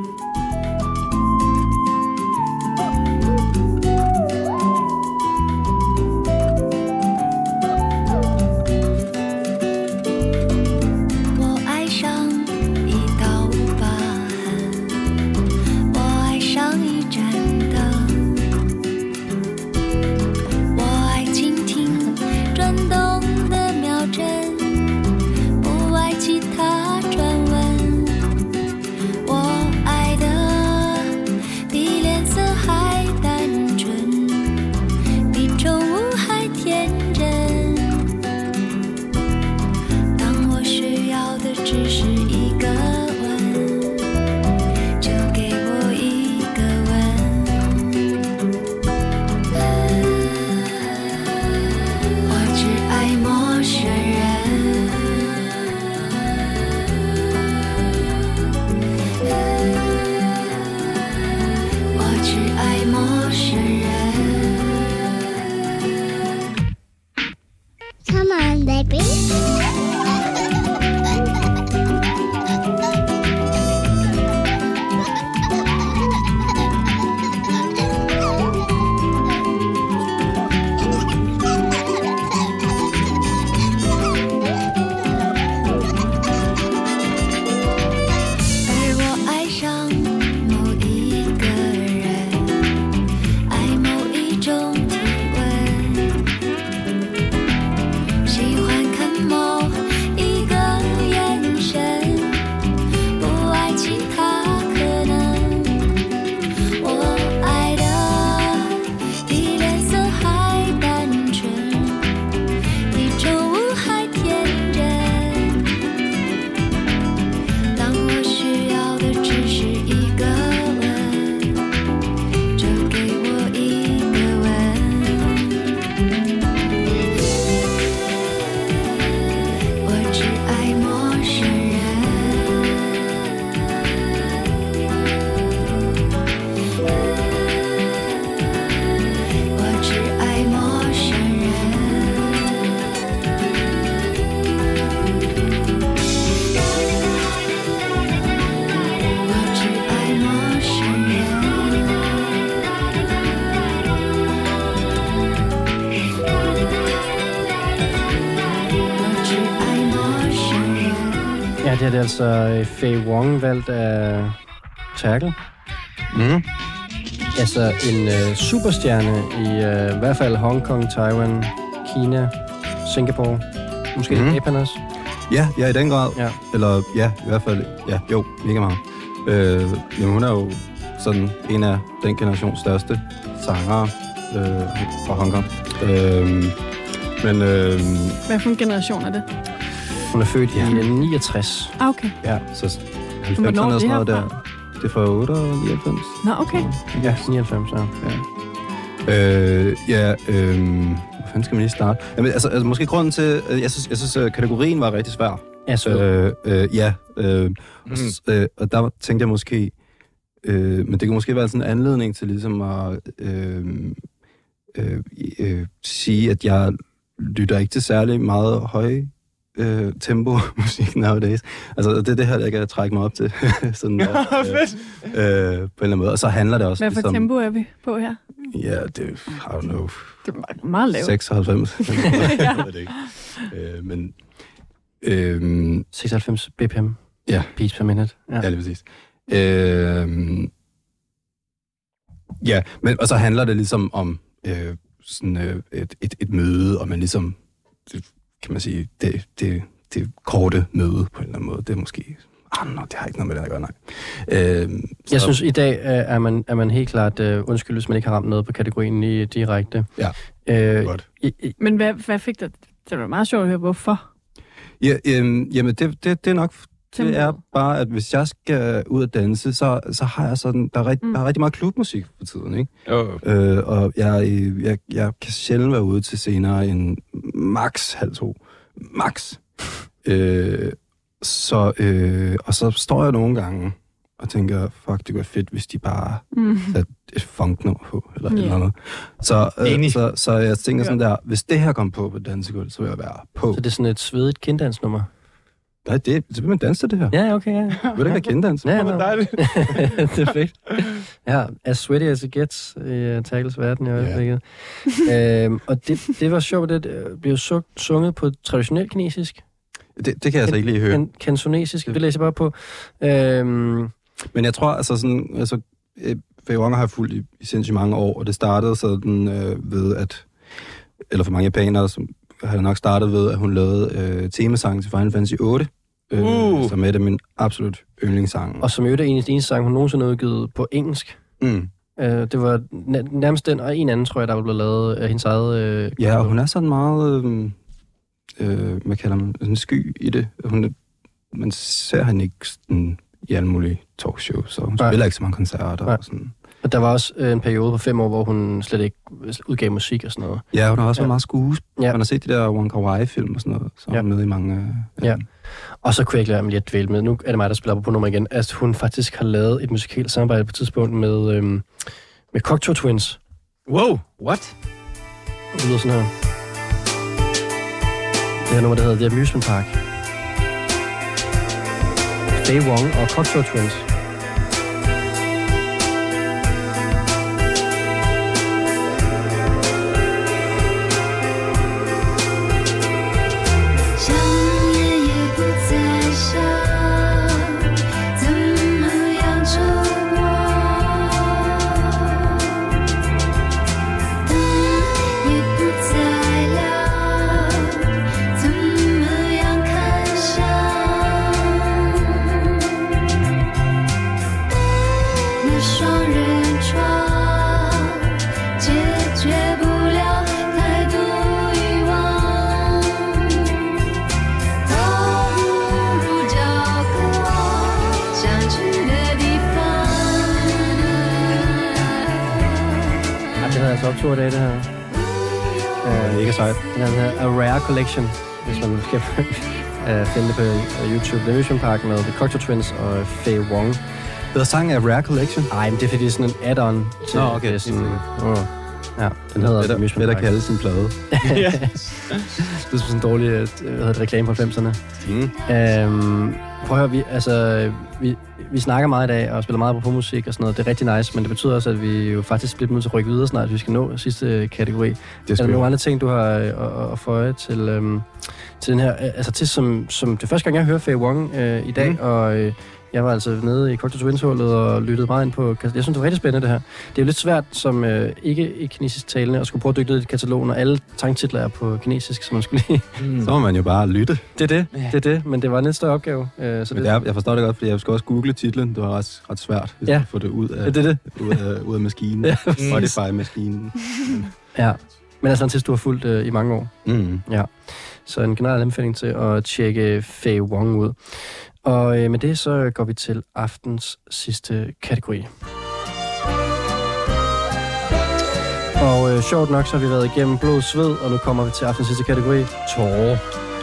more Ja, det er det altså Faye Wong valgt af Terkel. Mm. Altså en øh, superstjerne i øh, i hvert fald Hongkong, Taiwan, Kina, Singapore, måske Mhm. Japan også. Ja, ja, i den grad. Ja. Eller ja, i hvert fald, ja, jo, mega meget. Øh, jamen, hun er jo sådan en af den generations største sangere øh, fra Hongkong. Øh, men øh, Hvad for en generation er det? Hun er født Ja. i øh, niogtres. Ah, okay. ja, så Hvornår halvfemserne er og det sådan noget herfra? der. Det er fra otteoghalvfems. Nå, okay. Ja, nioghalvfems, ja. Ja. Øh, ja, øh, hvor fanden skal man lige starte? Jamen, altså, altså, måske grunden til, øh, jeg synes, jeg synes at kategorien var rigtig svær. Ja, så Øh, øh, ja, øh, Mm. og, s- øh, og der tænkte jeg måske, øh, men det kan måske være sådan en anledning til ligesom at øh, øh, øh, sige, at jeg lytter ikke til særlig meget høj øh, tempo musik nowadays. Altså, det er det her, jeg kan trække mig op til. sådan der, øh, øh, på en eller anden måde. Og så handler det også Hvad for ligesom- tempo er vi på her? Ja, det er, I don't know, Det er meget lavt. seksoghalvfems. Jeg ved det ikke. Øh, men, øh, seksoghalvfems B P M. Ja. Beats per minute. Ja. ja, lige præcis. Øh, ja, men, og så handler det ligesom om øh, sådan øh, et, et, et møde, og man ligesom, det, kan man sige, det, det, det korte møde på en eller anden måde. Det er måske, ah, no, det har ikke noget med det at gøre, nej. Øh, Jeg så- synes, i dag øh, er, man, er man helt klart uh, undskyld, hvis man ikke har ramt noget på kategorien lige direkte. Ja, øh, godt. i, i, Men hvad, hvad fik dig? Det var meget sjovt at høre, hvorfor. Ja, øhm, jamen, det, det, det er nok... Det Tempo. er bare, at hvis jeg skal ud og danse, så, så har jeg sådan... Der er, rigt, Mm. der er rigtig meget klubmusik for tiden, ikke? Oh. Øh, og jeg, øh, jeg, jeg kan sjældent være ude til senere end max halv to. Max. øh, så, øh, og så står jeg nogle gange og tænker, fuck, det kunne være fedt, hvis de bare Mm. satte et funknummer på, eller Ja. et eller andet. Så, Enig. øh, så, så jeg tænker sådan der, hvis det her kom på på dansegulvet, så vil jeg være på. så det er sådan et svedigt kinddansnummer. Nej, det, så vil man danse til det her. Ja, okay, ja. Vil det ikke være kenddans? Ja, Hvor no. dejligt. Det er fedt. Ja, as sweaty as it gets i uh, Tackles verden i øjeblikket. øhm, og det, det var sjovt, det øh, blev su- sunget på traditionel kinesisk. Det, det kan jeg altså ikke lige høre. Kan, kantonesisk, det læser jeg bare på. Øhm, Men jeg tror, altså sådan, altså, øh, Faye Wong har jeg fulgt i, i sindssygt mange år, og det startede sådan øh, ved, at, eller for mange japanere, som har det nok startet ved, at hun lavede øh, temasangen til Final Fantasy otte, øh, Uh. som er et af mine absolut yndlingssange. og som jo er en af de eneste sang, hun nogensinde har udgivet på engelsk. Mm. Øh, det var na- nærmest den, og en anden, tror jeg, der var blevet lavet af hendes eget... Øh, Ja, og hun er sådan meget, øh, øh, hvad kalder man, sådan en sky i det. Hun er, man ser hende ikke sådan, i alle mulige talkshows, så hun Nej. spiller ikke så mange koncerter. Nej. Og sådan. Og der var også øh, en periode på fem år, hvor hun slet ikke udgav musik og sådan noget. Ja, hun har også Ja. været meget skuespiller. Ja. Man har set de der Wong Kar-wai-film og sådan noget, så er Ja. hun med i mange... Øh, Ja. Og så kunne jeg ikke lade mig lige at dvæle med. Nu er det mig, der spiller på nummer igen. At hun faktisk har lavet et musikalt samarbejde på et tidspunkt med, øhm, med Cocteau Twins. Wow, what? Det lyder sådan her. Det her nummer, der hedder The Amusement Park. Faye Wong og Cocteau Twins. 想念也不再想，怎么样折磨？灯也不再亮，怎么样看向？那双人床解决不了太多欲望。倒不如找个我想去的地方。 Ej, det havde jeg altså op to dage, det her. Øh, Mega sejt. Den hedder A Rare Collection, hvis man skal øh, finde det på øh, YouTube. The Amusement Park med The Cocteau Twins og Faye Wong. Hedder sangen af Rare Collection? Ej, men det er fordi, det er sådan en add-on til Nå, okay. det. Sådan, åh. Ja, den hedder Hvad der, Amusement hvad der Park. kaldes sin plade. Det er som sådan en dårlig øh, hvad hedder det, reklame på halvfemserne. Mm. Øhm, prøv at høre, vi, altså, vi, vi snakker meget i dag og spiller meget på musik og sådan noget. Det er rigtig nice, men det betyder også, at vi jo faktisk bliver nødt til at rykke videre snart, hvis vi skal nå sidste kategori. Det Er der skal nogle andre ting, du har øh, at, at føje til, øhm, til den her, øh, altså til som, som det første gang, jeg hører Faye Wong øh, i dag, mm. og øh, jeg var altså nede i Cocktail Twins-hullet og lyttede meget ind på, jeg synes, det var rigtig spændende det her. Det er jo lidt svært som øh, ikke i kinesisk talende at skulle prøve at dykke ned i katalogen, og alle tanktitler er på kinesisk, så man skulle lige... Mm. Så må man jo bare lytte. Det er det, ja. det er det, men det var en lidt større opgave. Øh, så men det, det er, jeg forstår det godt, fordi jeg skal også google titlen. Det var ret, ret svært, hvis ja. du får det ud af, det, det. Ud af, ud af maskinen. Ja, Spotify-maskinen. Ja, men altså en test, du har fulgt øh, i mange år. Mm. Ja. Så en generel anbefaling til at tjekke Faye Wong ud. Og øh, med det så går vi til aftens sidste kategori. Og øh, sjovt nok, så har vi været igennem blod, sved, og nu kommer vi til aftens sidste kategori, tårer.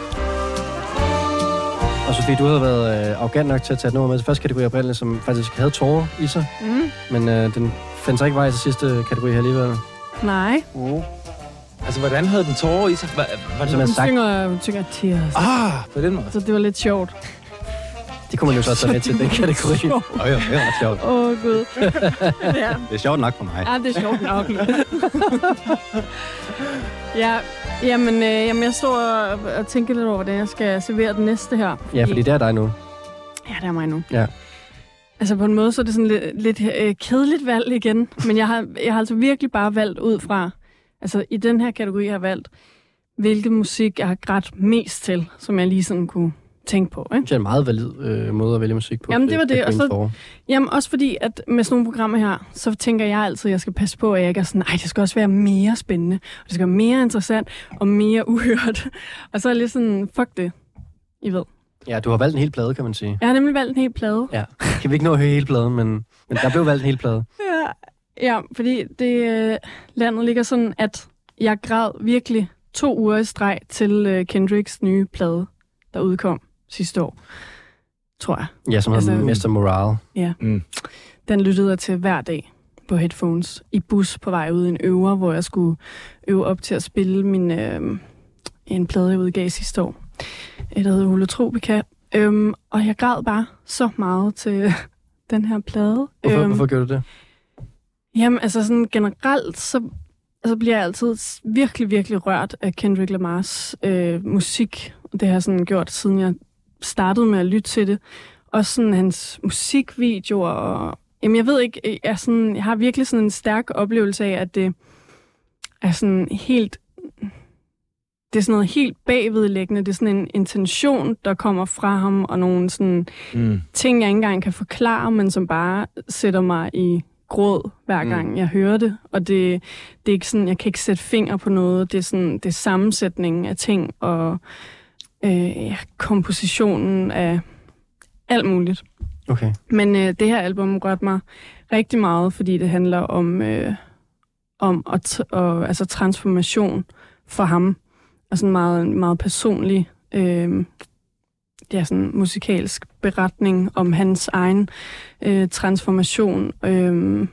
Og Sofie, du havde været øh, arrogant nok til at tage et nummer med til første kategori oprindeligt, som faktisk havde tårer i sig. Mm. Men øh, den fandt sig ikke vej til sidste kategori her alligevel. Nej. Uh. Altså, hvordan havde den tårer i sig? Var, var det Som Hun sagt, synger, hun synger tears. Ah, på den måde. Så det var lidt sjovt. det kunne man jo så tage med til den kategori. Åh oh, ja, det er ret sjovt. Åh, oh, Gud. Ja. Det er sjovt nok for mig. Ja, det er sjovt nok. ja, jamen, øh, jamen, jeg står og, og tænker lidt over, hvordan jeg skal servere den næste her. Ja, fordi det er dig nu. Ja, det er mig nu. Ja. Altså på en måde, så er det sådan lidt, lidt øh, kedeligt valg igen. Men jeg har, jeg har altså virkelig bare valgt ud fra, altså i den her kategori har jeg valgt, hvilken musik jeg har grædt mest til, som jeg lige sådan kunne tænke på. Ikke? Det er en meget valid øh, måde at vælge musik på. Jamen, det var det. Og så, for. jamen, også fordi, at med sådan nogle programmer her, så tænker jeg altid, at jeg skal passe på, at jeg ikke er sådan, nej, det skal også være mere spændende, og det skal være mere interessant, og mere uhørt. Og så er jeg lidt sådan, fuck det, I ved. Ja, du har valgt en hel plade, kan man sige. Jeg har nemlig valgt en hel plade. Ja, kan vi ikke nå at høre hele pladen, men, men der blev valgt en hel plade. Ja, ja fordi det, øh, landet ligger sådan, at jeg græd virkelig to uger i streg til øh, Kendricks nye plade, der udkom sidste år, tror jeg. Ja, som altså, hedder mister Morale. Ja, mm. Den lyttede jeg til hver dag på headphones i bus på vej ud i en øver, hvor jeg skulle øve op til at spille min, øh, en plade, jeg udgav sidste år. Der hedder Holotropica. Øhm, og jeg græd bare så meget til den her plade. Hvorfor, øhm, hvorfor gjorde du det? Jamen, altså sådan generelt, så altså bliver jeg altid virkelig, virkelig rørt af Kendrick Lamars øh, musik. Det har jeg sådan gjort, siden jeg startede med at lytte til det. Også sådan hans musikvideoer. Og, jamen, jeg ved ikke, jeg, sådan, jeg har virkelig sådan en stærk oplevelse af, at det er sådan helt... Det er sådan noget helt bagvedliggende. Det er sådan en intention, der kommer fra ham, og nogle sådan mm. ting, jeg ikke engang kan forklare, men som bare sætter mig i gråd, hver gang mm. jeg hører det. Og det, det er ikke sådan, jeg kan ikke sætte finger på noget. Det er sådan, det er sammensætningen af ting, og øh, kompositionen af alt muligt. Okay. Men øh, det her album rørte mig rigtig meget, fordi det handler om, øh, om at, og, altså transformation for ham. Og sådan en meget, meget personlig, øh, ja, sådan musikalsk beretning om hans egen øh, transformation. Øh,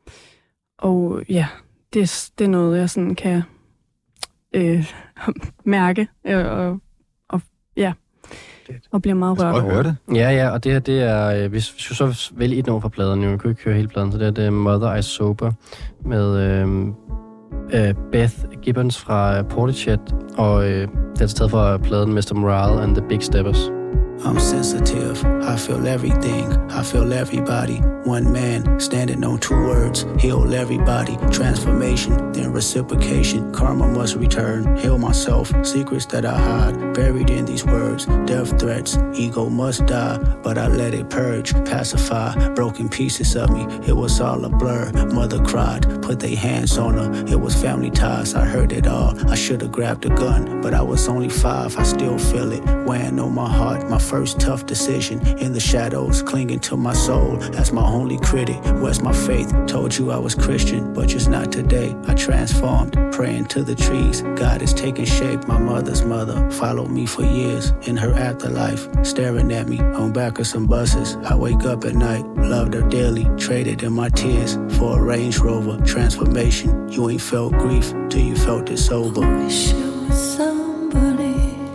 og ja, det, det er noget, jeg sådan kan øh, mærke øh, og, og ja, og bliver meget rørt over. det. Ja, ja, og det her, det er, øh, hvis vi skulle så vælge et nummer fra pladen, jo, vi kunne ikke høre hele pladen, så det er, det er Mother I Sober med... Øh, Uh, Beth Gibbons fra Portishead, og uh, det er taget fra pladen mister Morale and the Big Steppers. I'm sensitive, I feel everything, I feel everybody. One man, standing on two words, heal everybody. Transformation, then reciprocation, karma must return. Heal myself, secrets that I hide, buried in these words. Death threats, ego must die, but I let it purge, pacify. Broken pieces of me, it was all a blur. Mother cried, put their hands on her, it was family ties, I heard it all. I should have grabbed a gun, but I was only five, I still feel it, weighing on my heart. My first tough decision in the shadows, clinging to my soul as my only critic. Where's my faith? Told you I was Christian, but just not today. I transformed, praying to the trees. God is taking shape. My mother's mother followed me for years in her afterlife, staring at me on back of some buses. I wake up at night, loved her dearly, traded in my tears for a Range Rover. Transformation, you ain't felt grief till you felt it sober. Wish it was somebody,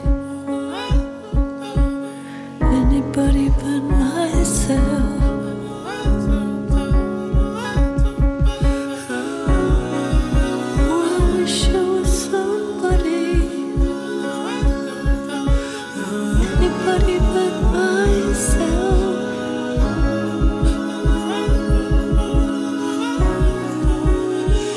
anybody but myself. Oh, I wish it was somebody,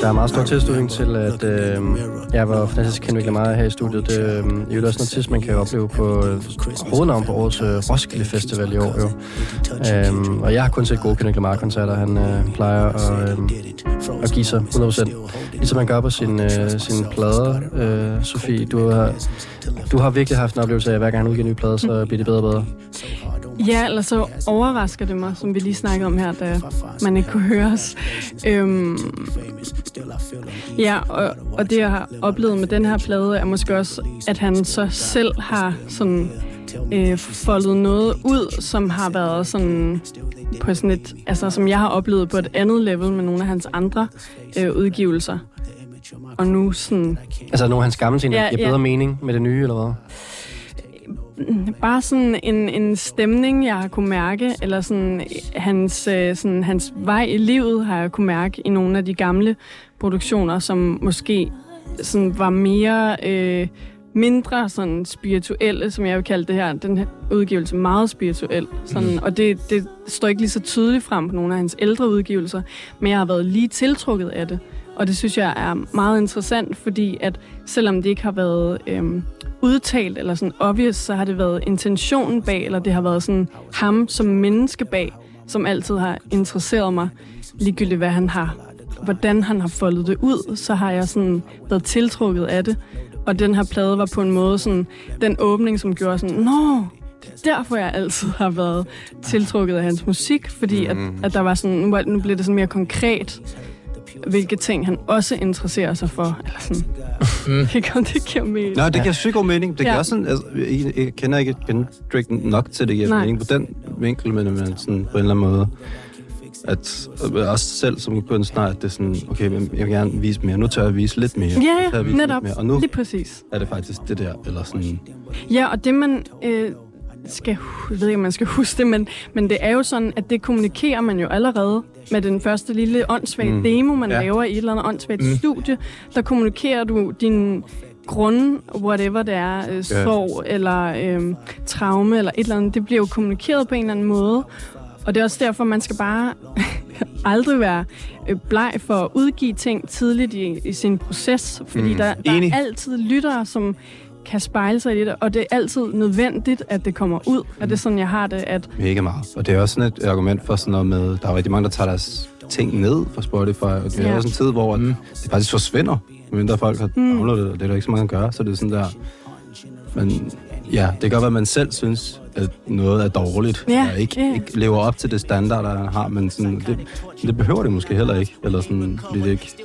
Der er meget stor tilslutning til, at øh, jeg var fantastisk Kendrick Lamar her i studiet. Det øh, er jo også noget tids, man kan opleve på øh, hovednavn på årets øh, Roskilde Festival i år. Jo. Øhm, og jeg har kun set gode Kendrick Lamar-koncerter. Han øh, plejer at, øh, at give sig hundrede procent. Ligesom man gør på sin, øh, sin plader. Øh, Sofie, du har, du har virkelig haft en oplevelse af, at hver gang han udgiver en ny plade, så bliver det bedre og bedre. Ja, eller så overrasker det mig, som vi lige snakkede om her, da man ikke kunne høre os. Øhm, ja, og, og det jeg har oplevet med den her plade, er måske også, at han så selv har sådan øh, foldet noget ud, som har været sådan på sådan et, altså som jeg har oplevet på et andet level med nogle af hans andre øh, udgivelser. Og nu sådan... Altså nogle af hans gamle ting, der ja, giver ja. bedre mening med det nye, eller hvad? Bare sådan en, en stemning, jeg har kunne mærke, eller sådan hans, øh, sådan hans vej i livet har jeg kunne mærke i nogle af de gamle produktioner, som måske sådan var mere øh, mindre sådan spirituelle, som jeg vil kalde det her. Den her udgivelse meget spirituel. Sådan, mm. Og det, det står ikke lige så tydeligt frem på nogle af hans ældre udgivelser, men jeg har været lige tiltrukket af det. Og det synes jeg er meget interessant, fordi at selvom det ikke har været øhm, udtalt eller sådan obvious, så har det været intentionen bag, eller det har været sådan ham som menneske bag, som altid har interesseret mig, ligegyldigt hvad han har, hvordan han har foldet det ud, så har jeg sådan været tiltrukket af det. Og den her plade var på en måde sådan den åbning, som gjorde sådan, nå, det er derfor jeg altid har været tiltrukket af hans musik, fordi at, at der var sådan, nu, nu bliver det sådan mere konkret, hvilke ting han også interesserer sig for. Eller sådan. Mm. Jeg kan ikke, om det giver mening. Nej, det giver sygt god mening. Det ja. giver også sådan, altså, jeg, jeg kender ikke Kendrick nok til det giver Nej. mening på den vinkel, men man sådan på en eller anden måde, at også selv som kunstner, at det er sådan, okay, jeg vil gerne vise mere. Nu tør jeg vise lidt mere. Ja, ja, netop. Mere. Og nu lige præcis. er det faktisk det der, eller sådan... Ja, og det man... Øh, skal, jeg ved ikke, om man skal huske det, men, men det er jo sådan, at det kommunikerer man jo allerede med den første lille åndssvage mm. demo, man ja. laver i et eller andet åndssvagt mm. studie. Der kommunikerer du din grund, whatever det er, øh, sorg yeah. eller øh, traume eller et eller andet. Det bliver jo kommunikeret på en eller anden måde. Og det er også derfor, man skal bare aldrig være bleg for at udgive ting tidligt i, i sin proces. Fordi mm. der, der er altid lyttere, som kan spejle sig i det, og det er altid nødvendigt, at det kommer ud. Mm. Og det er sådan, jeg har det, at... Mega meget. Og det er også sådan et argument for sådan noget med, der er rigtig mange, der tager deres ting ned fra Spotify, og det er ja. også en tid, hvor mm. det faktisk forsvinder, medmindre folk har downloadet det, og det er der ikke så mange, der gør, så det er sådan der... Men ja, det kan godt være, at man selv synes, at noget er dårligt, ja, eller ikke, ja. ikke lever op til det standard, der han har, men sådan, det, det behøver det måske heller ikke, eller sådan, fordi det ikke...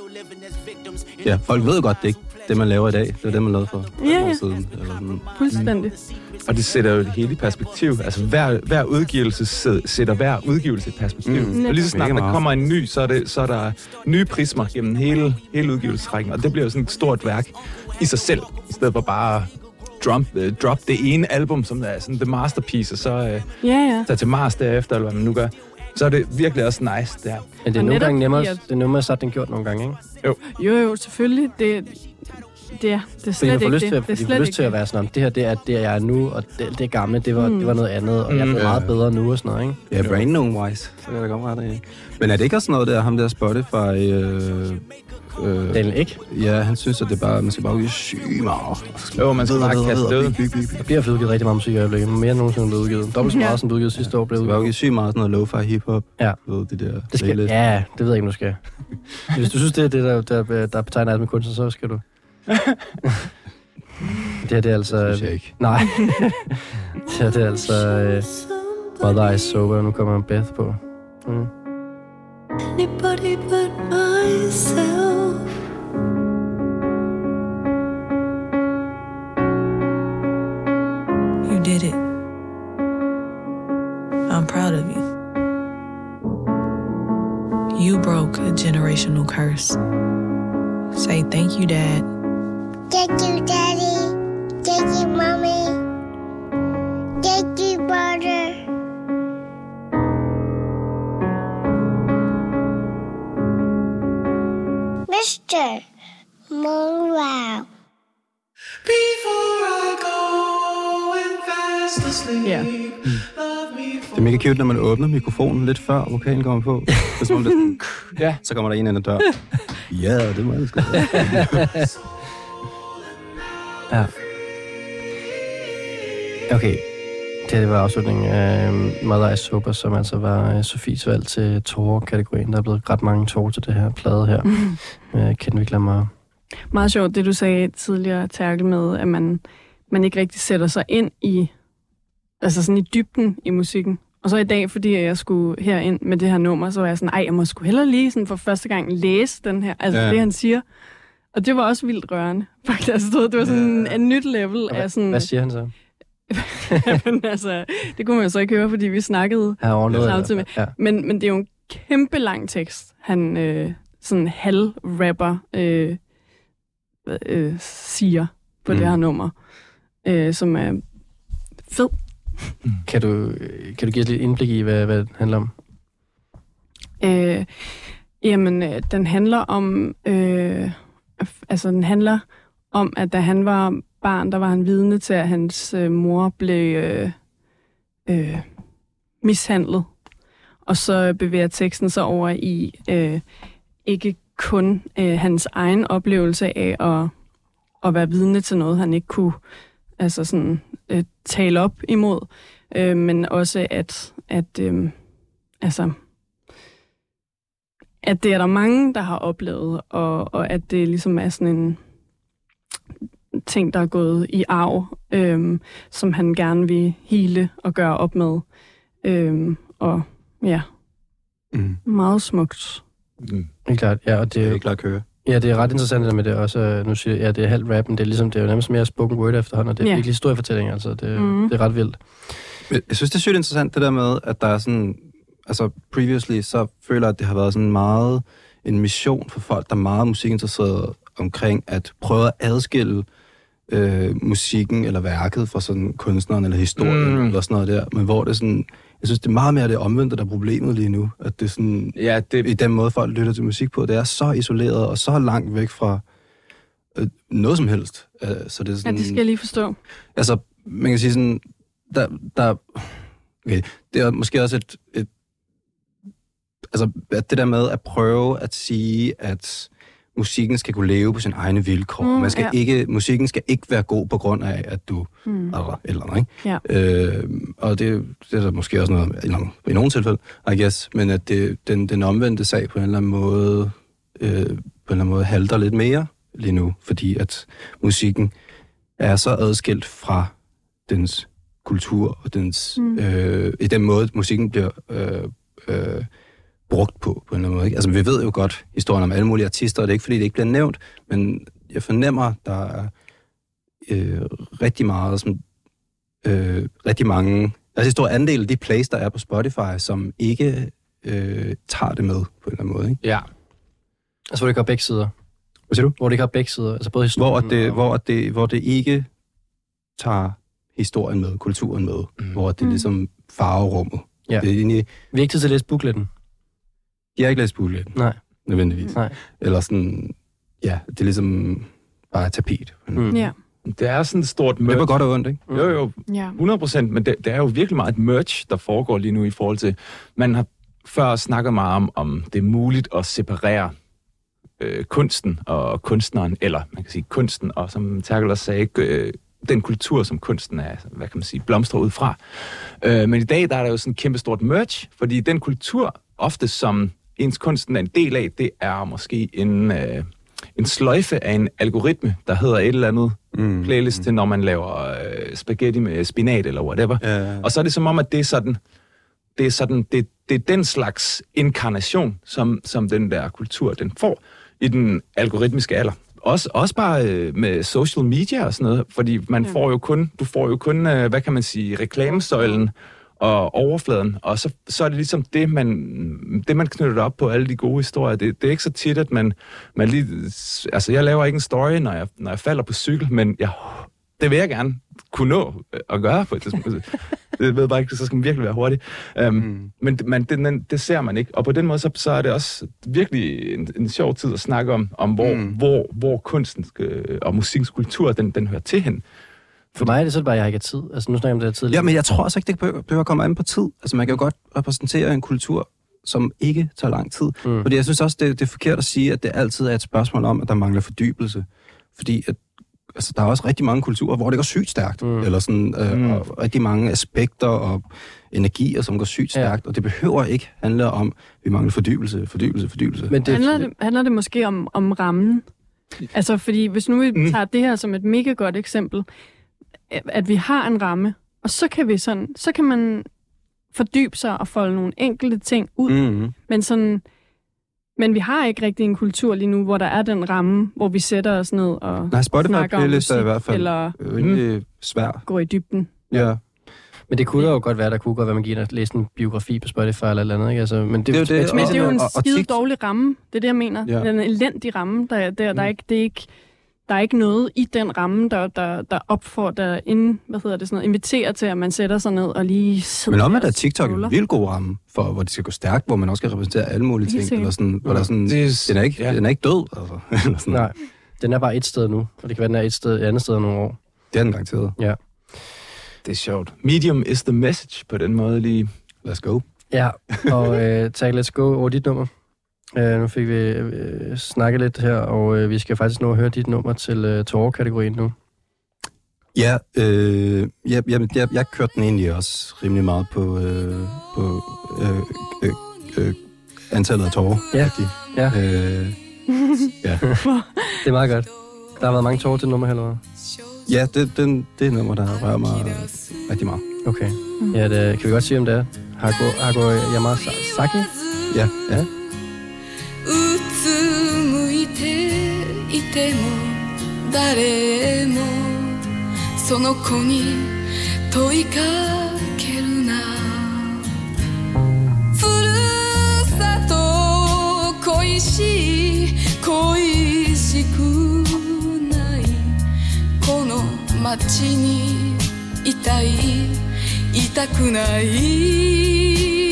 Ja, folk ved godt, det ikke det, man laver i dag. Det er det, man lavede for ja, ja. år siden. Eller sådan. Fuldstændig. Mm. Og det sætter jo det hele i perspektiv. Altså, hver, hver udgivelse sætter hver udgivelse i perspektiv. Mm. Og lige så snart der kommer en ny, så er, det, så er der nye prismer gennem hele, hele udgivelsesrækken. Og det bliver jo sådan et stort værk i sig selv, i stedet for bare drop, uh, drop det ene album, som er sådan the masterpiece, og så uh, ja, ja. tage til Mars derefter, eller hvad man nu gør. Så er det virkelig også nice, der. Men det er nogle gange nemmere, det er nemmere sagt, den gjort nogle gange, ikke? Jo. Jo, jo, selvfølgelig. Det, det, er, det er slet ikke det. Til at, det er slet lyst til at være sådan om, det her, det er det, jeg er nu, og det, det gamle, det var, mm. det var noget andet, og mm. jeg er blevet meget bedre nu og sådan noget, ikke? Ja, brain known-wise, så kan det godt være det. Men er det ikke også noget der, ham der Spotify... Øh, øh, Daniel ikke? Ja, han synes, at det bare, man skal bare udgive sygt meget. Jo, man skal bare kaste det ud. Der bliver udgivet rigtig meget musik i øjeblikket. Mere end nogensinde blevet udgivet. Dobbelt så meget, som du udgivet sidste år, blev udgivet. Man skal bare udgive sygt meget sådan noget lo-fi hip-hop. Ja. Ved, det der det skal, ja, det ved jeg ikke, om du skal. Hvis du synes, det er det, der, der, der betegner alt med kunst, så skal du... Det her, det er altså... Det synes jeg ikke. Nej. Det her, det er altså... Uh, Mother Eyes Sober, nu kommer Beth på. Mm. Anybody but myself. You did it. I'm proud of you. You broke a generational curse. Say thank you, Dad. Thank you, Daddy. Thank you, Mommy. Thank you, brother. Mister Monroe. Before I go and fast asleep. Ja. Det er mega cute, når man åbner mikrofonen lidt før vokalen kommer på. Det er som om det sådan, ja, så kommer der en ind ad dør. Ja, det må jeg sgu. Ja. Okay. Det var afslutningen af Mother I Sober, som altså var Sofies valg til Tårer-kategorien. Der er blevet ret mange tårer til det her plade her. Mm. Med Kendrick Lamar. Meget sjovt, det du sagde tidligere, Terkel, med, at man, man ikke rigtig sætter sig ind i, altså sådan i dybden i musikken. Og så i dag, fordi jeg skulle herind med det her nummer, så var jeg sådan, ej, jeg må sgu hellere lige sådan for første gang læse den her, altså ja. Det han siger. Og det var også vildt rørende, faktisk. Altså, det var sådan ja. En nyt level hvad, af sådan... Hvad siger han så? Men altså, det kunne man jo så ikke høre, fordi vi snakkede ja, noget, samtidig med. Ja. Men, men det er jo en kæmpe lang tekst, han øh, sådan halv-rapper øh, øh, siger på mm. det her nummer, øh, som er fed. Mm. Kan du, kan du give os lidt indblik i, hvad, hvad det handler om? Øh, jamen, øh, den handler om... Øh, altså, den handler om, at da han var barn, der var han vidne til, at hans øh, mor blev øh, øh, mishandlet. Og så bevæger teksten sig over i øh, ikke kun øh, hans egen oplevelse af at, at være vidne til noget, han ikke kunne altså sådan, øh, tale op imod, øh, men også at, at, øh, altså, at det er der mange, der har oplevet, og, og at det ligesom er sådan en ting, der er gået i arv, øh, som han gerne vil hele og gøre op med. Øh, og ja, mm. meget smukt. Mm. Helt klart, ja, og det er jo klart køre. Ja, det er ret interessant det med det også. Nu siger jeg, ja, det er halv rap, men det er ligesom, det er jo nærmest mere spoken word efterhånden, og det er yeah. virkelig historiefortælling, altså. Det, mm. det er ret vildt. Jeg synes, det er sygt interessant, det der med, at der er sådan, altså previously, så føler jeg, at det har været sådan meget en mission for folk, der er meget musikinteresserede omkring at prøve at adskille øh, musikken eller værket fra sådan kunstneren eller historien mm. eller sådan noget der, men hvor det sådan, jeg synes, det er meget mere det omvendte, der er problemet lige nu, at det sådan, ja, det... i den måde, folk lytter til musik på, det er så isoleret og så langt væk fra øh, noget som helst. Uh, så det er sådan, ja, det skal jeg lige forstå. Altså, man kan sige sådan, der, der okay, det er måske også et, et altså, at det der med at prøve at sige, at musikken skal kunne leve på sine egne vilkår. Mm, Man skal ja. ikke, musikken skal ikke være god på grund af, at du mm. eller, eller noget, ikke? Ja. Øh, og det, det er der måske også noget, eller, i nogle tilfælde, I guess, men at det, den, den omvendte sag på en eller anden måde, øh, på en eller anden måde halter lidt mere lige nu, fordi at musikken er så adskilt fra dens kultur og dens, mm. øh, i den måde, musikken bliver øh, øh, brugt på, på en eller anden måde. Ikke? Altså, vi ved jo godt historien om alle mulige artister, og det er ikke, fordi det ikke bliver nævnt, men jeg fornemmer, der er øh, rigtig meget, som, øh, rigtig mange, altså en stor andel af de plays, der er på Spotify, som ikke øh, tager det med på en eller anden måde. Ikke? Ja. Altså, hvor det går begge sider. Hvad siger du? Hvor det går begge sider, altså både historien hvor det, og... hvor det, hvor det ikke tager historien med, kulturen med, mm. hvor det ligesom farver rummet. Ja. Det er egentlig... Vi er ikke tid til at læse bookletten. Jeg har ikke læst bookletten. Nej. Nødvendigvis. Nej. Eller sådan, ja, det er ligesom bare tapet. Mm. Ja. Det er sådan et stort merch. Det var godt og ondt, ikke? Jo, jo, hundrede procent, men det, det er jo virkelig meget et merch, der foregår lige nu i forhold til... Man har før snakket meget om, om det er muligt at separere øh, kunsten og kunstneren, eller man kan sige kunsten, og som Terkel også sagde, øh, den kultur, som kunsten er, hvad kan man sige, blomstrer ud fra. Øh, men i dag, der er der jo sådan et kæmpe stort merch, fordi den kultur, ofte som ens kunsten er en del af, det er måske en, øh, en sløjfe af en algoritme, der hedder et eller andet mm. playlist til, når man laver øh, spaghetti med spinat eller whatever. Ja. Og så er det som om, at det er sådan, det er sådan, det, det er den slags inkarnation, som, som den der kultur, den får i den algoritmiske alder. Også, også bare øh, med social media og sådan noget, fordi man ja. får jo kun, du får jo kun, øh, hvad kan man sige, reklamesøjlen og overfladen, og så, så er det ligesom det, man, det, man knytter op på alle de gode historier. Det, det er ikke så tit, at man, man lige... Altså, jeg laver ikke en story, når jeg, når jeg falder på cykel, men jeg, det vil jeg gerne kunne nå at gøre på et tidspunkt. Det ved bare ikke, så skal man virkelig være hurtig. Um, mm. Men man, det, det ser man ikke. Og på den måde, så, så er det også virkelig en, en sjov tid at snakke om, om hvor, mm. hvor, hvor kunsten skal, og musikkens kultur, den, den hører til hen. For mig er det så bare, at jeg ikke har tid. Altså, nu snakker jeg om det her tidligere. Ja, men jeg tror også ikke, det behøver at komme an på tid. Altså, man kan jo godt repræsentere en kultur som ikke tager lang tid. Mm. Fordi jeg synes også, det, det er forkert at sige, at det altid er et spørgsmål om, at der mangler fordybelse. Fordi at, altså, der er også rigtig mange kulturer, hvor det går sygt stærkt. Mm. Eller sådan, øh, mm. og rigtig mange aspekter og energier, som går sygt stærkt. Ja. Og det behøver ikke handle om, at vi mangler fordybelse, fordybelse, fordybelse. Men det, handler, det, handler det måske om, om rammen? Altså, fordi hvis nu vi mm. tager det her som et mega godt eksempel, at vi har en ramme, og så kan vi sådan, så kan man fordybe sig og folde nogle enkelte ting ud. Mm. Men sådan, men vi har ikke rigtig en kultur lige nu, hvor der er den ramme, hvor vi sætter os ned og Nej, snakker om musik, i hvert fald eller rimelig svær. Går i dybden. Ja. Men det kunne jo godt være, der kunne godt være, man giver at læse en biografi på Spotify eller eller andet, ikke? Altså, men det, det, er jo det, men det er jo en og, og skide tigt... dårlig ramme. Det er det, jeg mener. Ja. Den elendig ramme, der, der, der, er ikke, det er ikke, der er ikke noget i den ramme, der, der, der opfordrer, ind, hvad hedder det, sådan noget, inviterer til, at man sætter sig ned og lige sidder. Men om at der TikTok er en vildt god ramme, for, hvor det skal gå stærkt, hvor man også skal repræsentere alle mulige ting. Eller sådan, hvor der er sådan, det er, den, er ikke, ja. den er ikke død. Altså. Eller sådan. Nej, den er bare et sted nu, og det kan være, den er et, sted, et andet sted om nogle år. Det er den garanteret. Ja. Det er sjovt. Medium is the message på den måde lige. Let's go. Ja, og øh, tak, let's go over dit nummer. Uh, nu fik vi øh, snakket lidt her, og øh, vi skal faktisk nå at høre dit nummer til øh, Tårer-kategorien nu. Ja, øh, jeg, jeg, jeg, jeg kørte den egentlig også rimelig meget på, øh, på øh, øh, øh, antallet af tårer. Ja, ja. Øh, ja. Det er meget godt. Der har været mange tårer til nummer her, eller hvad? Ja, det, den, det er et nummer, der rører mig rigtig meget. Okay. Ja, det kan vi godt sige, om det er. Hago, Hago Yamasaki? Ja, ja. うつむいていても誰もその子に問いかけるなふるさと恋しい恋しくないこの街にいたいいたくない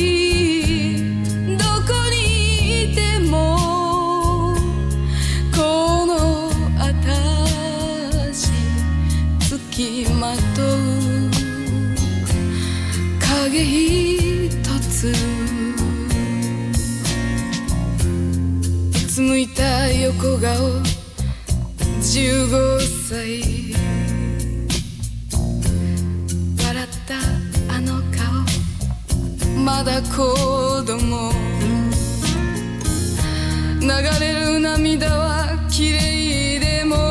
付きまとう影ひとつうつむいた横顔じゅうごさい笑ったあの顔まだ子供流れる涙は綺麗でも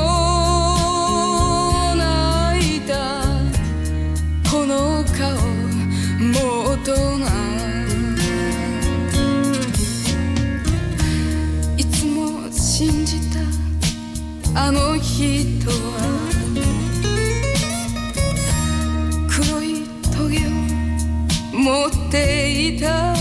この顔もう大人いつも信じたあの人は黒いトゲを持っていた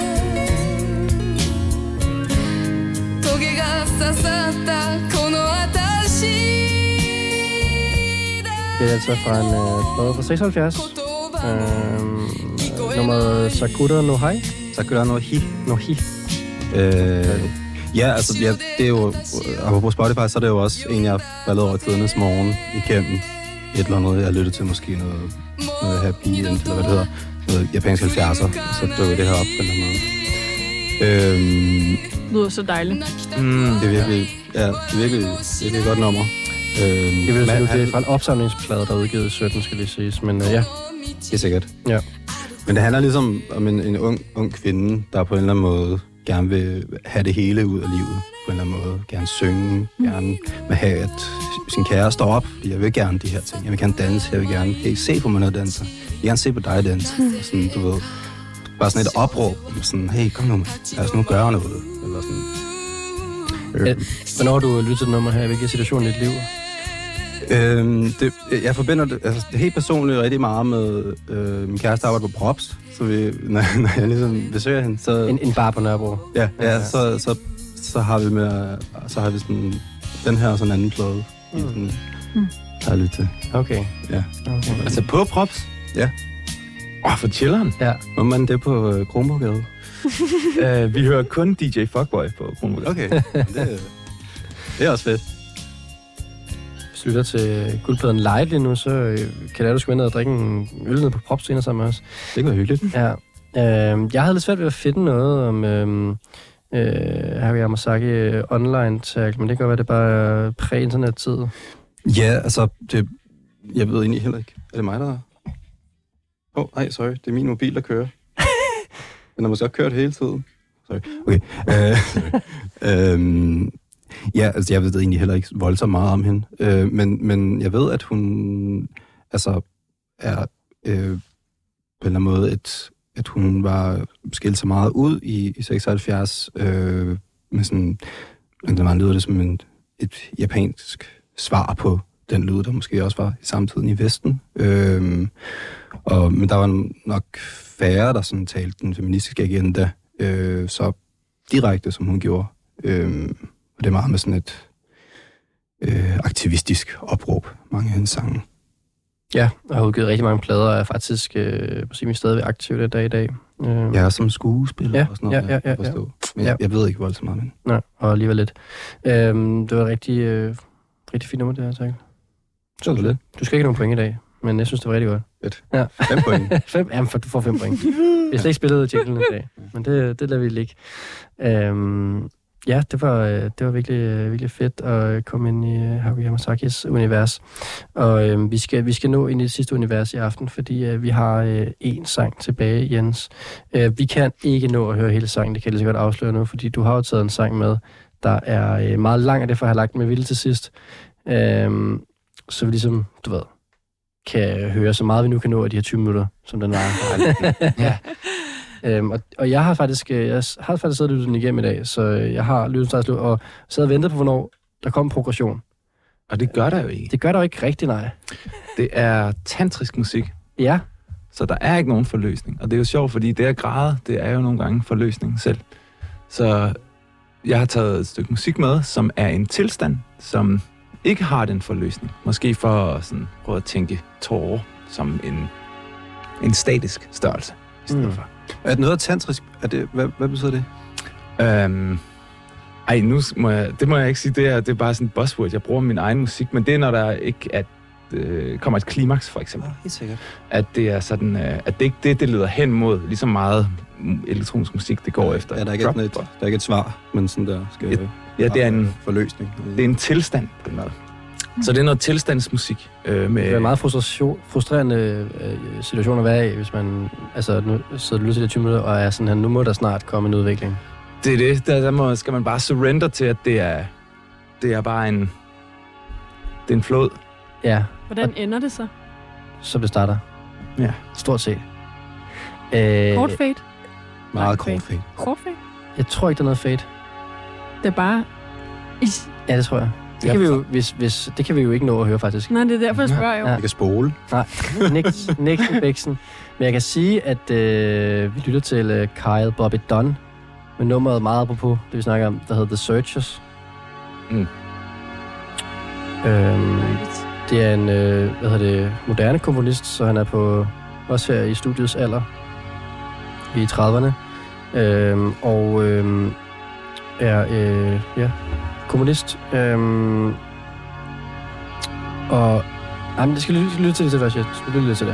トゲが刺さったこの私 Det er altså fra en øh, plade fra seksoghalvfjerds. Øh, nummeret Sakura no Hai. Sakura no Hi. No Hi. Øh, ja, altså, ja, det er jo... Og på Spotify, så er det jo også en, jeg faldet over tidernes morgen igennem et eller andet. Jeg lyttede til måske noget, noget Happy End, eller hvad det hedder. Noget japansk halvfjerdser. Så dukker det her op på en eller anden måde. Øhm, det lyder så dejligt. Mm, det er virkelig... Ja, det er virkelig, virkelig et godt nummer. Øhm, det vil sige, det er fra en opsamlingsplade, der er udgivet i sytten, skal lige siges, men uh, ja. Det er sikkert. Ja. Men det handler ligesom om en, en ung, ung kvinde, der på en eller anden måde gerne vil have det hele ud af livet. På en eller anden måde. Gerne synge, mm. gerne vil have, at sin kære står op. Fordi jeg vil gerne de her ting. Jeg vil gerne danse, jeg vil gerne hey, se på mig, når jeg danser. Jeg vil gerne se på dig danse. Mm. Og sådan, du ved, bare sådan et opråb. Sådan, hey, kom nu, man. Lad os nu gøre noget. Eller sådan. Ja. Hvornår har du lyttet til det nummer her? Hvilken situation i dit liv? Øhm, det, jeg forbinder det, altså, det helt personligt rigtig meget med øh, min kæreste arbejder på Props, så vi, når, når jeg ligesom besøger hende, så... En, en bar på Nørrebro? Ja, ja, ja. Så, så, så har vi med, så har vi sådan den her og sådan en anden plade, mm. sådan, mm. der er lidt til. Okay. Ja. Okay. Altså på Props? Ja. Åh, oh, for chilleren. Ja. Hvor man det på øh, Kronborgade? uh, vi hører kun D J Fuckboy på Kronborgade. Okay, det, det er også fedt. Hvis du lytter til Guldpladen live lige nu, så kan det være, du skal ned og drikke en øl ned på Props senere sammen med os. Det går hyggeligt. Ja. Øh, jeg havde lidt svært ved at finde noget om øh, øh, Haruo Yamasaki øh, online-tag, men det kan godt være, det er bare præ-internet-tid. Ja, altså, det, jeg ved egentlig heller ikke. Er det mig, der... Åh, oh, nej, sorry. Det er min mobil, der kører. Den har måske også kørt hele tiden. Sorry. Okay. Uh, øhm, ja, altså, jeg ved egentlig heller ikke voldsomt meget om hende. Uh, men, men jeg ved, at hun altså er øh, på en eller anden måde, et, at hun var skilt så meget ud i, i seksoghalvfjerds. Øh, med sådan... Det var lyder det som en, et japansk svar på den lyd, der måske også var i samtiden i Vesten. Øhm, og, men der var nok færre, der sådan talte den feministiske agenda øh, så direkte, som hun gjorde. Øhm, og det er meget med sådan et øh, aktivistisk opråb, mange af hendes sange. Ja, og har udgivet rigtig mange plader, og er faktisk øh, på sin stadigvæk aktiv den dag i dag. Øh. Ja, som skuespiller ja, og sådan noget, ja, ja, ja, ja, ja. Men ja. jeg, jeg ved ikke voldsomt meget om hende. Nej, og alligevel lidt. Øhm, det var rigtig, øh, rigtig fint nummer, det her, tak. Så det. Du skal ikke have nogen point i dag, men jeg synes, det var rigtig godt. Fedt. Ja. Fem point. fem, jamen, for, du får fem point. Vi har slet ikke spillet jinglen i dag, men det, det lader vi ligge. Øhm, ja, det var, det var virkelig, virkelig fedt at komme ind i Haruo Yamasakis univers. Og øhm, vi, skal, vi skal nå ind i det sidste univers i aften, fordi øh, vi har øh, én sang tilbage, Jens. Øh, vi kan ikke nå at høre hele sangen, det kan jeg lige så godt afsløre nu, fordi du har jo taget en sang med, der er øh, meget lang, og derfor har jeg lagt den med vildt til sidst. Øhm, så vi ligesom, du ved, kan høre så meget, vi nu kan nå af de her tyve minutter, som den var. ja. Øhm, og, og jeg har faktisk jeg har faktisk siddet og lyttet den igennem i dag, så jeg har lyttet den slut, og sad og ventet på, hvornår der kom progression. Og det gør der jo ikke. Det gør der jo ikke rigtig, nej. Det er tantrisk musik. Ja. Så der er ikke nogen forløsning. Og det er jo sjovt, fordi det at græde, det er jo nogle gange forløsning selv. Så jeg har taget et stykke musik med, som er en tilstand, som ikke har den forløsning. Måske for at sådan, prøve at tænke tårer som en, en statisk størrelse i stedet mm. for. Er det noget tantrisk? Er det, hvad, hvad betyder det? Øhm, ej, nu må jeg, det må jeg ikke sige. Det er, det er bare sådan et buzzword. Jeg bruger min egen musik, men det er, når der ikke at, øh, kommer et klimaks, for eksempel. Ja, helt sikkert. At det er sådan, øh, at det ikke det, det leder hen mod lige så meget elektronisk musik, det går ja, efter. Ja, der er, ikke et, der er ikke et svar, men sådan der skal... Ja, ja det er en forløsning. Det er en tilstand på en måde. Så det er noget tilstandsmusik. Øh, med det er en meget frustrerende øh, situation at være i, hvis man altså, nu sidder og lytter til det tyve minutter, og er sådan her, nu må der snart komme en udvikling. Det er det. Der, der må, skal man bare surrender til, at det er, det er bare en... Det er en flod. Ja. Hvordan ender det så? Så det starter. Ja. Stort set. Øh, kort fade? Meget kort fade. Kort fade? Jeg tror ikke, der er noget fade. Det er bare... Ja, det tror jeg. Det kan, vi jo, hvis, hvis, det kan vi jo ikke nå at høre, faktisk. Nej, det er derfor, jeg spørger jo. Ja. Jeg kan spole. Nej, niks, niks med Bæksen. Men jeg kan sige, at øh, vi lytter til øh, Kyle Bobby Dunn med nummeret meget apropos, det vi snakker om, der hedder The Searchers. Mm. Øhm, det er en øh, hvad hedder det, moderne komponist, så han er på også her i studiets alder i trediverne. Øhm, og øh, er øh, ja, kommunist. Øhm, og jamen, det skal lytte, lytte til det til først. Jeg skal lytte lidt til det.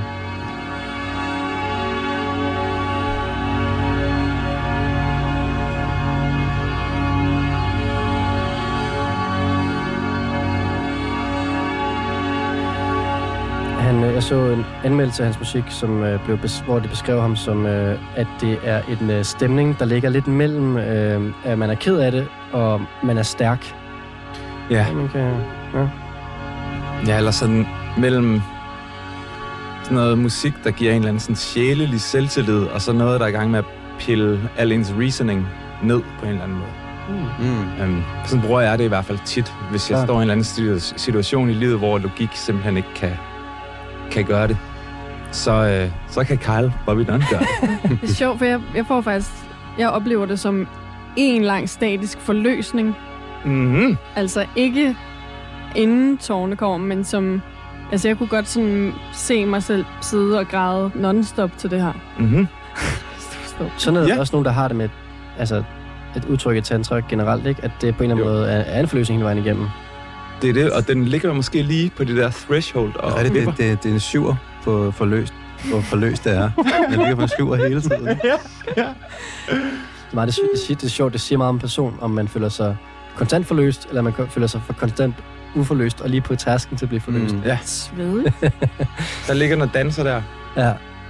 Han, jeg så en anmeldelse af hans musik, som øh, blev bes- hvor de beskrev ham som, øh, at det er en øh, stemning, der ligger lidt mellem, øh, at man er ked af det, og man er stærk. Ja. Man kan, ja. Ja, eller sådan mellem sådan noget musik, der giver en eller anden sådan sjælelig selvtillid, og så noget, der er i gang med at pille al ens reasoning ned på en eller anden måde. Mm. Um, sådan bruger jeg det i hvert fald tit, hvis jeg ja. står i en eller anden situation i livet, hvor logik simpelthen ikke kan, kan gøre det. Så, øh, så kan Kyle Bobby Dunn gøre det. Det er sjovt, for jeg, jeg får faktisk... Jeg oplever det som en lang statisk forløsning. Mm-hmm. Altså ikke inden tårne kommer, men som... Altså jeg kunne godt sådan se mig selv sidde og græde non-stop til det her. Mm-hmm. Sådan er der ja. også nogen, der har det med... Altså, et udtryk i tantra generelt, ikke? At det på en eller anden jo. måde er, er en forløsning hele vejen igennem. Det er det, og den ligger måske lige på det der threshold. Og ja, det, det, det, det er en syver på forløst. hvor forløst det er. Jeg ligger på skjur hele tiden. ja, ja. Det er, det, det, det er sjovt, det siger meget om en person, om man føler sig konstant forløst, eller man føler sig for konstant uforløst, og lige på tærsken til at blive forløst. Mm. Ja. Svedigt. Der ligger noget danser der. Ja.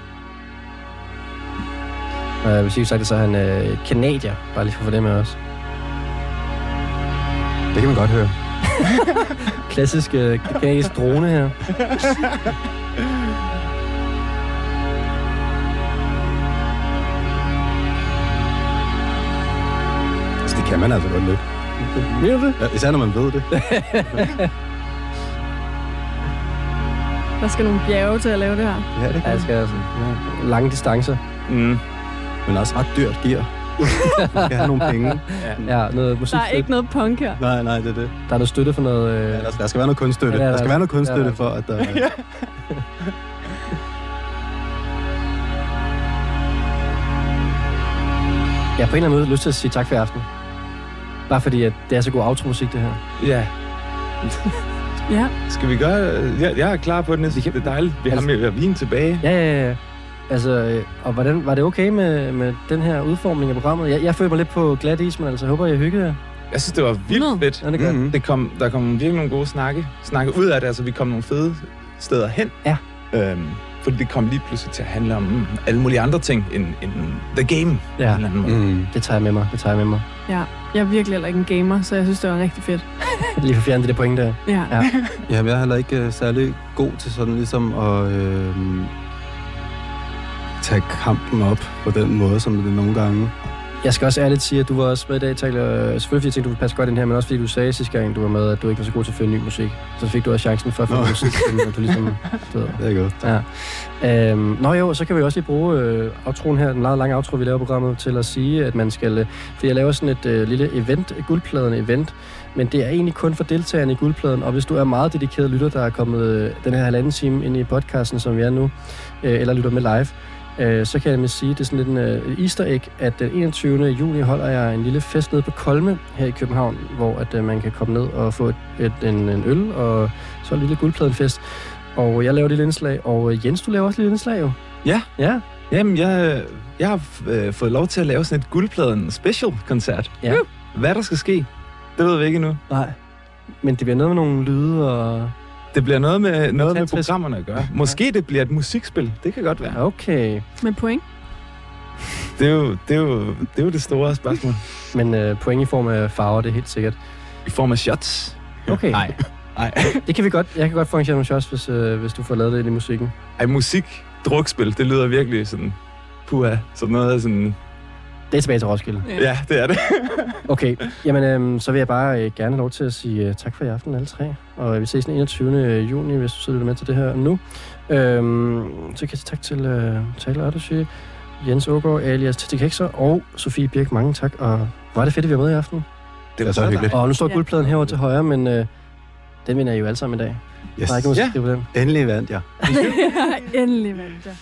Og hvis ikke sagt det, så er han øh, kanadier, bare lige for at få det med os. Det kan man godt høre. Klassisk øh, kanadisk drone her. Altså, det kan man altså godt lidt. Mener du det? Ja, især når man ved det. Der skal nogle bjerge til at lave det her. Ja, det kan Ja, jeg skal altså ja, lange distancer. Mm. Men også ret dyrt gear. Man skal have nogle penge. Ja, noget musik. Der er ikke noget punk her. Nej, nej, det er det. Der er noget støtte for noget... Øh... Ja, der, der skal være noget kunststøtte. Ja, der, der skal være noget kunststøtte der, der. for, at der... Ja. Jeg har på en eller anden måde lyst til at sige tak for i aften. Bare fordi, at det er så god outro-musik, det her. Ja. Ja. Skal vi gøre... Jeg, jeg er klar på den. Det er dejligt. Vi har mere vin tilbage. Ja, ja, ja. Altså, øh, og hvordan, var det okay med, med den her udformning af programmet? Jeg, jeg føler mig lidt på glat is, men altså, jeg håber, jeg hyggede jer. Jeg synes, det var vildt fedt. Ja, det gør. Mm-hmm. det kom, der kom virkelig nogle gode snakke, snakke ud af det. Altså, vi kom nogle fede steder hen. Ja. Øhm, fordi det kom lige pludselig til at handle om mm, alle mulige andre ting end, end the game. Ja, mm. det tager jeg med mig. Det tager jeg med mig. Ja, jeg er virkelig heller ikke en gamer, så jeg synes, det var rigtig fedt. Lige for fjerne det der point der. Ja. Ja. Jamen, jeg er heller ikke uh, særlig god til sådan ligesom at øh, tage kampen op på den måde, som det nogle gange. Jeg skal også ærligt sige, at du var også med i dag, Taler. Selvfølgelig fordi jeg tænkte, du ville passe godt ind her, men også fordi du sagde sidste gang, du var med, at du ikke var så god til at finde ny musik. Så fik du også chancen for at få musik, at du ligesom... Du ved. Det er godt. Ja. Øhm, nå jo, så kan vi også lige bruge øh, outroen her, den meget lange outro, vi laver programmet, til at sige, at man skal... Øh, for jeg laver sådan et øh, lille event, guldpladen-event, men det er egentlig kun for deltagerne i guldpladen, og hvis du er meget dedikeret lytter, der er kommet øh, den her halvanden time ind i podcasten, som vi er nu, øh, eller lytter med live, øh, så kan jeg nemlig sige, at det er sådan lidt en øh, easter egg, at den enogtyvende juni holder jeg en lille fest nede på Kolme her i København, hvor at, øh, man kan komme ned og få et, et, en, en øl, og så en lille guldpladenfest. Og jeg laver et lille indslag, og Jens, du laver også et lille indslag jo. Ja. Ja. Jamen, jeg, jeg har øh, fået lov til at lave sådan et guldpladen special-koncert. Ja. Hvad der skal ske, det ved vi ikke endnu. Nej. Men det bliver noget med nogle lyde og... Det bliver noget med, noget med programmerne at gøre. Måske det bliver et musikspil. Det kan godt være. Okay. Med point? Det er jo det, er jo, det, er jo det store spørgsmål. Men øh, point i form af farver, det er helt sikkert. I form af shots? Okay. Nej. Nej. Det kan vi godt. Jeg kan godt få arrangere nogle shots, hvis, øh, hvis du får lavet det ind i musikken. Ej, musik, drukspil, det lyder virkelig sådan... Puha, sådan noget sådan... Det er tilbage til Roskilde. Ja, det er det. Okay, jamen øh, så vil jeg bare øh, gerne have lov til at sige øh, tak for i aften alle tre. Og vi ses den enogtyvende juni, hvis du sidder med til det her nu. Øhm, så kan jeg sige tak til øh, Taler Arducci, Jens Ågaard, alias Titi Kekser og Sofie Birk. Mange tak, og hvor er det fedt, at vi var med i aften. Det var så hyggeligt. Og nu står Ja. guldpladen herovre til højre, men øh, den vinder I jo alle sammen i dag. Yes. Der er ikke nogen Ja. skrive på den. Endelig vandt jeg. Endelig vandt jeg.